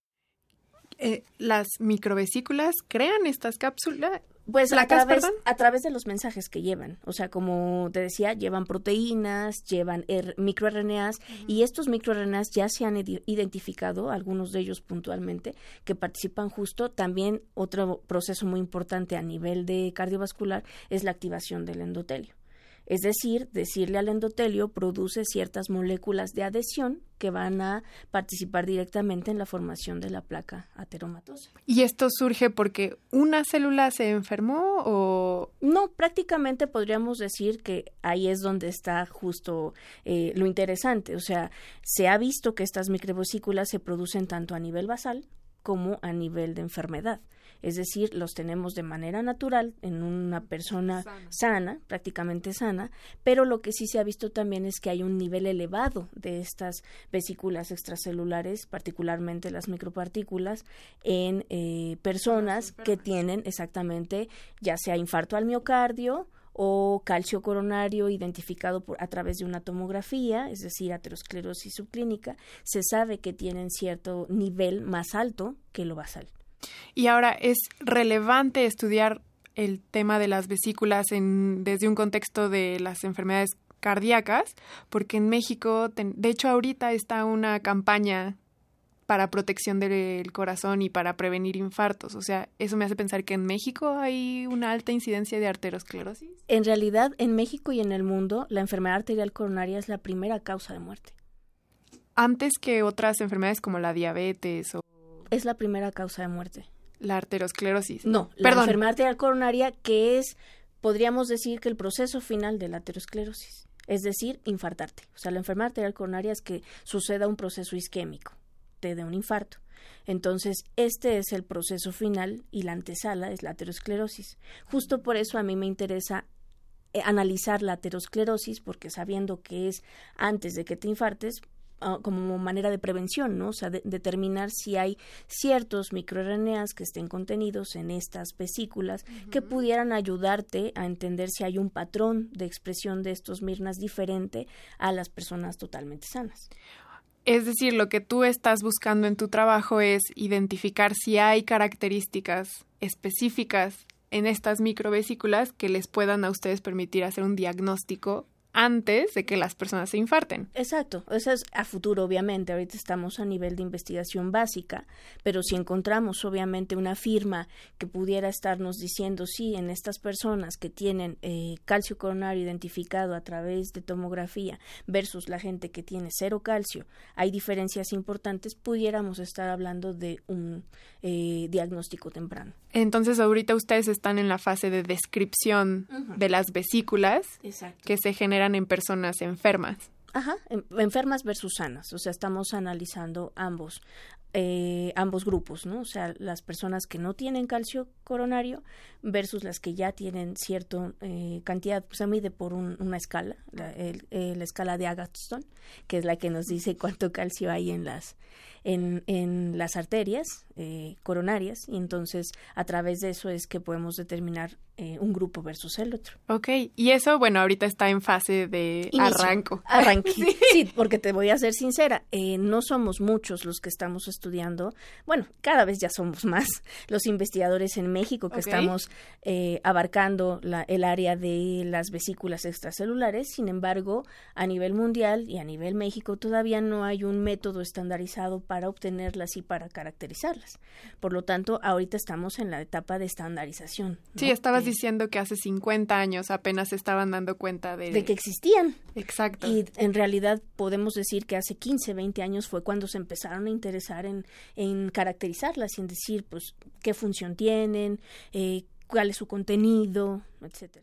¿Las microvesículas crean estas cápsulas? Pues a través de los mensajes que llevan, o sea, como te decía, llevan proteínas, llevan microRNAs y estos microRNAs ya se han identificado, algunos de ellos puntualmente, que participan justo. También otro proceso muy importante a nivel de cardiovascular es la activación del endotelio. Es decir, decirle al endotelio produce ciertas moléculas de adhesión que van a participar directamente en la formación de la placa ateromatosa. ¿Y esto surge porque una célula se enfermó o...? No, prácticamente podríamos decir que ahí es donde está justo lo interesante. O sea, se ha visto que estas microvesículas se producen tanto a nivel basal como a nivel de enfermedad. Es decir, los tenemos de manera natural en una persona sana, prácticamente sana, pero lo que sí se ha visto también es que hay un nivel elevado de estas vesículas extracelulares, particularmente las micropartículas, en personas que tienen exactamente ya sea infarto al miocardio o calcio coronario identificado a través de una tomografía, es decir, aterosclerosis subclínica. Se sabe que tienen cierto nivel más alto que lo basal. Y ahora, ¿es relevante estudiar el tema de las vesículas desde un contexto de las enfermedades cardíacas? Porque en México, de hecho, ahorita está una campaña para protección del corazón y para prevenir infartos. O sea, eso me hace pensar que en México hay una alta incidencia de arteriosclerosis. En realidad, en México y en el mundo, la enfermedad arterial coronaria es la primera causa de muerte. Antes que otras enfermedades como la diabetes o... Es la primera causa de muerte. La arteriosclerosis. No, la enfermedad arterial coronaria, que es, podríamos decir que el proceso final de la aterosclerosis, es decir, infartarte. O sea, la enfermedad arterial coronaria es que suceda un proceso isquémico, te dé un infarto. Entonces, este es el proceso final y la antesala es la aterosclerosis. Justo por eso a mí me interesa analizar la aterosclerosis, porque sabiendo que es antes de que te infartes, como manera de prevención, ¿no? O sea, determinar si hay ciertos microRNAs que estén contenidos en estas vesículas que pudieran ayudarte a entender si hay un patrón de expresión de estos mirnas diferente a las personas totalmente sanas. Es decir, lo que tú estás buscando en tu trabajo es identificar si hay características específicas en estas microvesículas que les puedan a ustedes permitir hacer un diagnóstico antes de que las personas se infarten. Exacto, eso es a futuro, obviamente. Ahorita estamos a nivel de investigación básica, pero si encontramos obviamente una firma que pudiera estarnos diciendo, sí, en estas personas que tienen calcio coronario identificado a través de tomografía versus la gente que tiene cero calcio, hay diferencias importantes, pudiéramos estar hablando de un diagnóstico temprano. Entonces ahorita ustedes están en la fase de descripción de las vesículas que se generan en personas enfermas. Ajá, enfermas versus sanas, o sea, estamos analizando ambos grupos, ¿no? O sea, las personas que no tienen calcio coronario versus las que ya tienen cierta cantidad, pues se mide por una escala, la escala de Agatston, que es la que nos dice cuánto calcio hay en las arterias coronarias, y entonces a través de eso es que podemos determinar un grupo versus el otro. Ok, y eso, bueno, ahorita está en fase de arranque. Sí, porque te voy a ser sincera, no somos muchos los que estamos estudiando, bueno, cada vez ya somos más los investigadores en México que estamos abarcando el área de las vesículas extracelulares. Sin embargo, a nivel mundial y a nivel México todavía no hay un método estandarizado para obtenerlas y para caracterizarlas. Por lo tanto, ahorita estamos en la etapa de estandarización, ¿no? Sí, estabas diciendo que hace 50 años apenas se estaban dando cuenta de que existían. Exacto. Y en realidad podemos decir que hace 15, 20 años fue cuando se empezaron a interesar en caracterizarlas y en decir, pues, qué función tienen, cuál es su contenido, etcétera.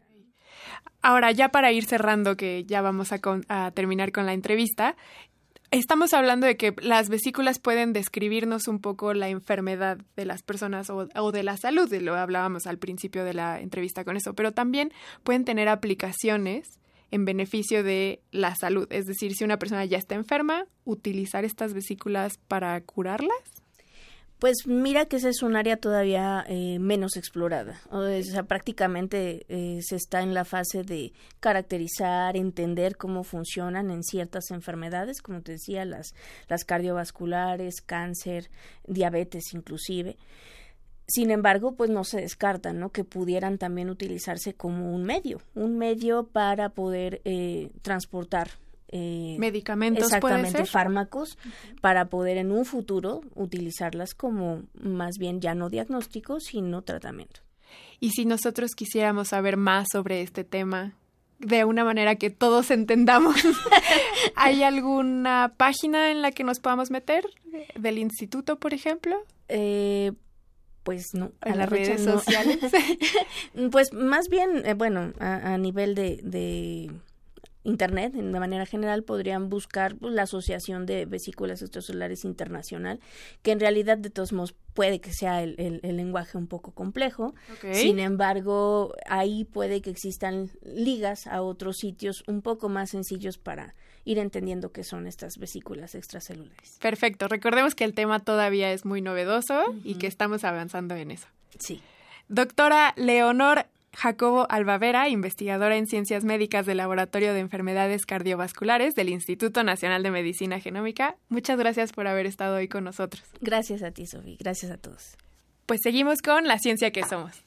Ahora, ya para ir cerrando, que ya vamos a terminar con la entrevista, estamos hablando de que las vesículas pueden describirnos un poco la enfermedad de las personas o de la salud, y lo hablábamos al principio de la entrevista con eso, pero también pueden tener aplicaciones en beneficio de la salud. Es decir, si una persona ya está enferma, utilizar estas vesículas para curarlas. Pues mira que ese es un área todavía menos explorada. O sea, prácticamente se está en la fase de caracterizar, entender cómo funcionan en ciertas enfermedades, como te decía, las cardiovasculares, cáncer, diabetes inclusive. Sin embargo, pues no se descartan, ¿no? Que pudieran también utilizarse como un medio para poder transportar medicamentos, exactamente, puede ser, fármacos, para poder en un futuro utilizarlas como más bien ya no diagnóstico, sino tratamiento. Y si nosotros quisiéramos saber más sobre este tema, de una manera que todos entendamos, ¿hay alguna página en la que nos podamos meter? ¿Del instituto, por ejemplo? Pues no. ¿En las redes sociales? Pues más bien, a nivel de Internet, de manera general, podrían buscar la Asociación de Vesículas Extracelulares Internacional, que en realidad de todos modos puede que sea el lenguaje un poco complejo. Okay. Sin embargo, ahí puede que existan ligas a otros sitios un poco más sencillos para ir entendiendo qué son estas vesículas extracelulares. Perfecto. Recordemos que el tema todavía es muy novedoso y que estamos avanzando en eso. Sí. Doctora Leonor Jacobo Albavera, investigadora en Ciencias Médicas del Laboratorio de Enfermedades Cardiovasculares del Instituto Nacional de Medicina Genómica. Muchas gracias por haber estado hoy con nosotros. Gracias a ti, Sofía. Gracias a todos. Pues seguimos con La Ciencia que Somos.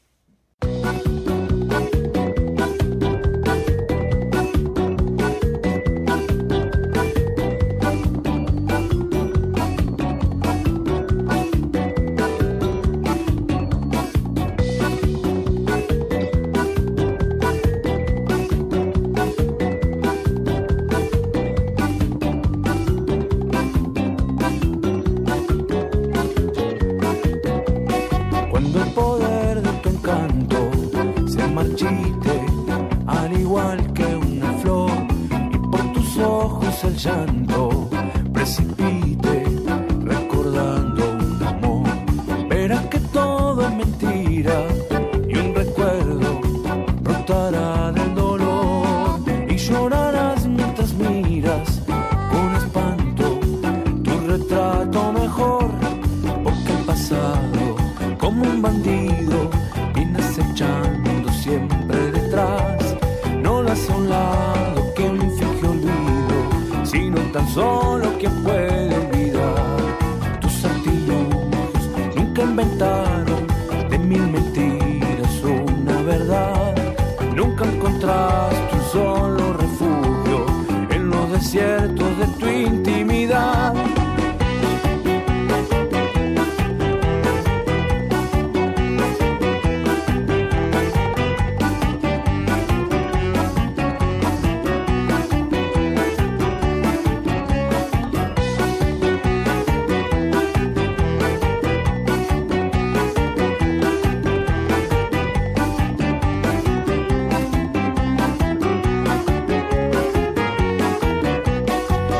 El llanto precipite recordando un amor. Verás que todo es mentira y un recuerdo brotará del dolor y llorarás mientras miras con espanto tu retrato mejor, porque el pasado como un bandido viene acechando siempre detrás, no lo hace a un lado que me inflige olvido, sino tan solo quien puede olvidar. Tus artilugios nunca inventaron de mil mentiras una verdad, nunca encontraste un solo refugio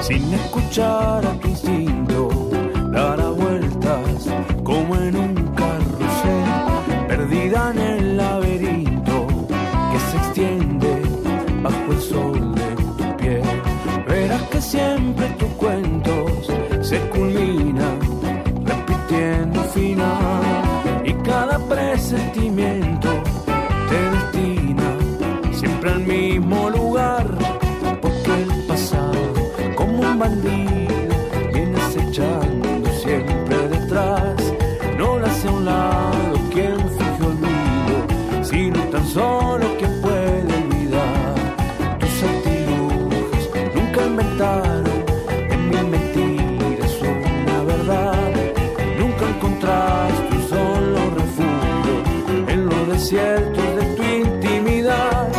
sin escuchar a tu instinto, dará vueltas como en un carrusel, perdida en el laberinto que se extiende bajo el sol de tu piel. Verás que siempre tus cuentos se culminan repitiendo final, y cada presentimiento te destina siempre al mismo lugar, porque el pasado, como un bandido, viene acechando siempre detrás. No la hace a un lado quien finge olvido, sino tan solo quien puede olvidar. Tus artilugios nunca inventaron en mil mentiras una verdad. Nunca encontraste un solo refugio en los desiertos de tu intimidad.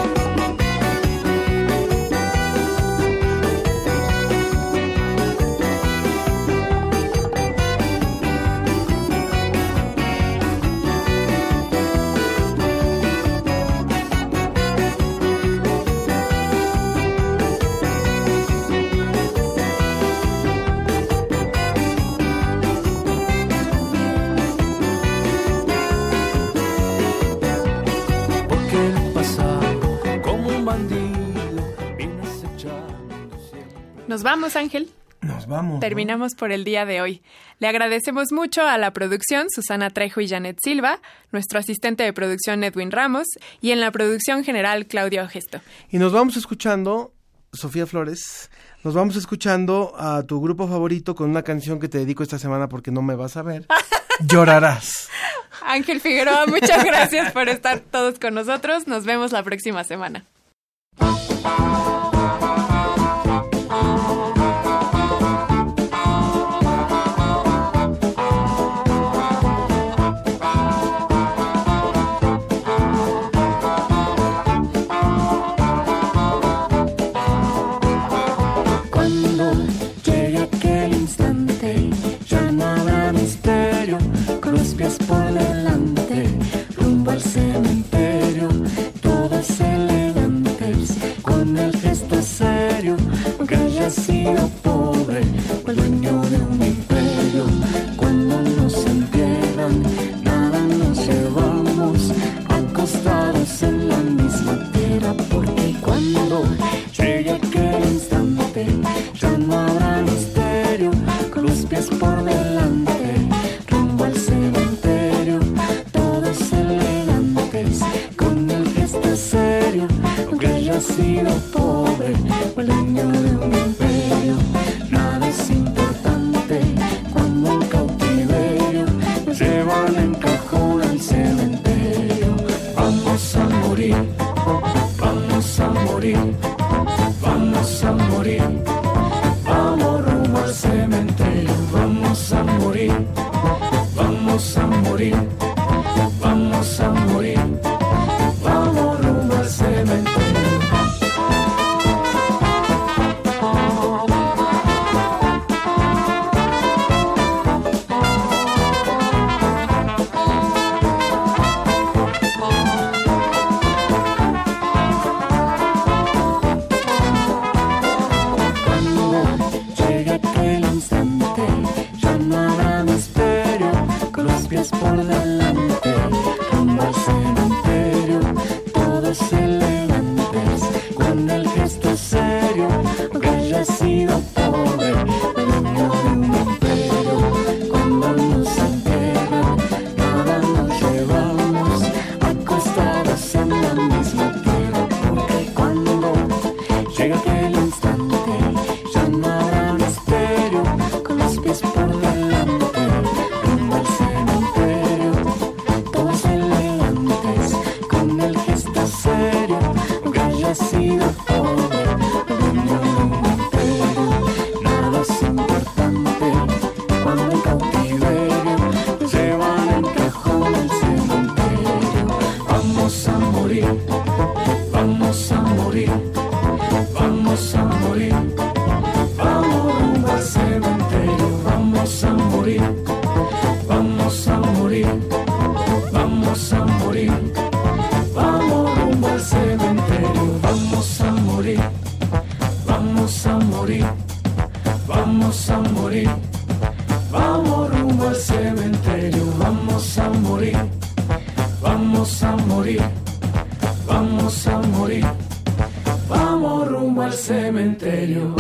Nos vamos, Ángel. Nos vamos. Terminamos por el día de hoy. Le agradecemos mucho a la producción, Susana Trejo y Janet Silva, nuestro asistente de producción, Edwin Ramos, y en la producción general, Claudio Gesto. Y nos vamos escuchando, Sofía Flores, nos vamos escuchando a tu grupo favorito con una canción que te dedico esta semana porque no me vas a ver. Llorarás. Ángel Figueroa, muchas gracias por estar todos con nosotros. Nos vemos la próxima semana. Por delante, rumbo al cementerio, todos elegantes, con el gesto serio, aunque haya sido pobre o el dueño de un imperio. Cuando nos entierran, nada nos llevamos, acostados en la misma tierra, porque cuando llegue aquel instante, ya no habrá misterio, con los pies por delante, rumbo al cementerio, todos elegantes, con el gesto serio, aunque haya sido pobre o el dueño de un imperio. Nada es importante cuando en cautiverio nos llevan en cajón al cementerio. Vamos a morir, vamos a morir, vamos a morir, vamos rumbo al cementerio. Vamos a morir, vamos a morir, vamos a morir, vamos rumbo al cementerio. Por delante, rumbo al cementerio, todos elegantes, con el gesto serio, aunque haya sido pobre, el dueño de un imperio. Cuando nos entierran, nada nos llevamos, acostados en la misma tierra, porque cuando llega aquel instante, ya no habrá misterio, con los pies por delante, rumbo al cementerio. Todos elegantes, con el gesto serio, aunque haya sido pobre, el dueño de un imperio. Nada es importante cuando en cautiverio nos llevan en cajón al cementerio. Vamos a morir, vamos a morir, vamos a morir, vamos rumbo al cementerio. Vamos a morir, vamos a morir, vamos a morir, vamos rumbo al cementerio. Vamos a morir, vamos a morir, vamos a morir. Vamos rumbo al cementerio, vamos a morir. Vamos a morir, vamos a morir. Vamos rumbo al cementerio.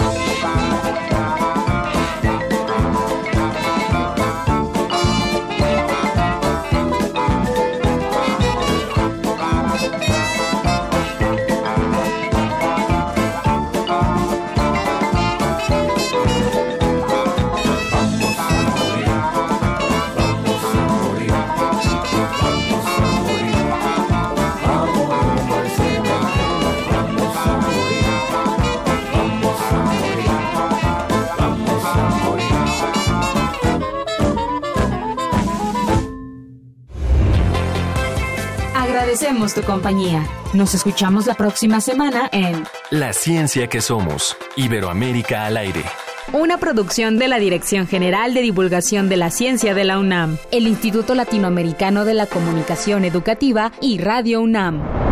Agradecemos tu compañía. Nos escuchamos la próxima semana en La Ciencia que Somos, Iberoamérica al aire. Una producción de la Dirección General de Divulgación de la Ciencia de la UNAM, el Instituto Latinoamericano de la Comunicación Educativa y Radio UNAM.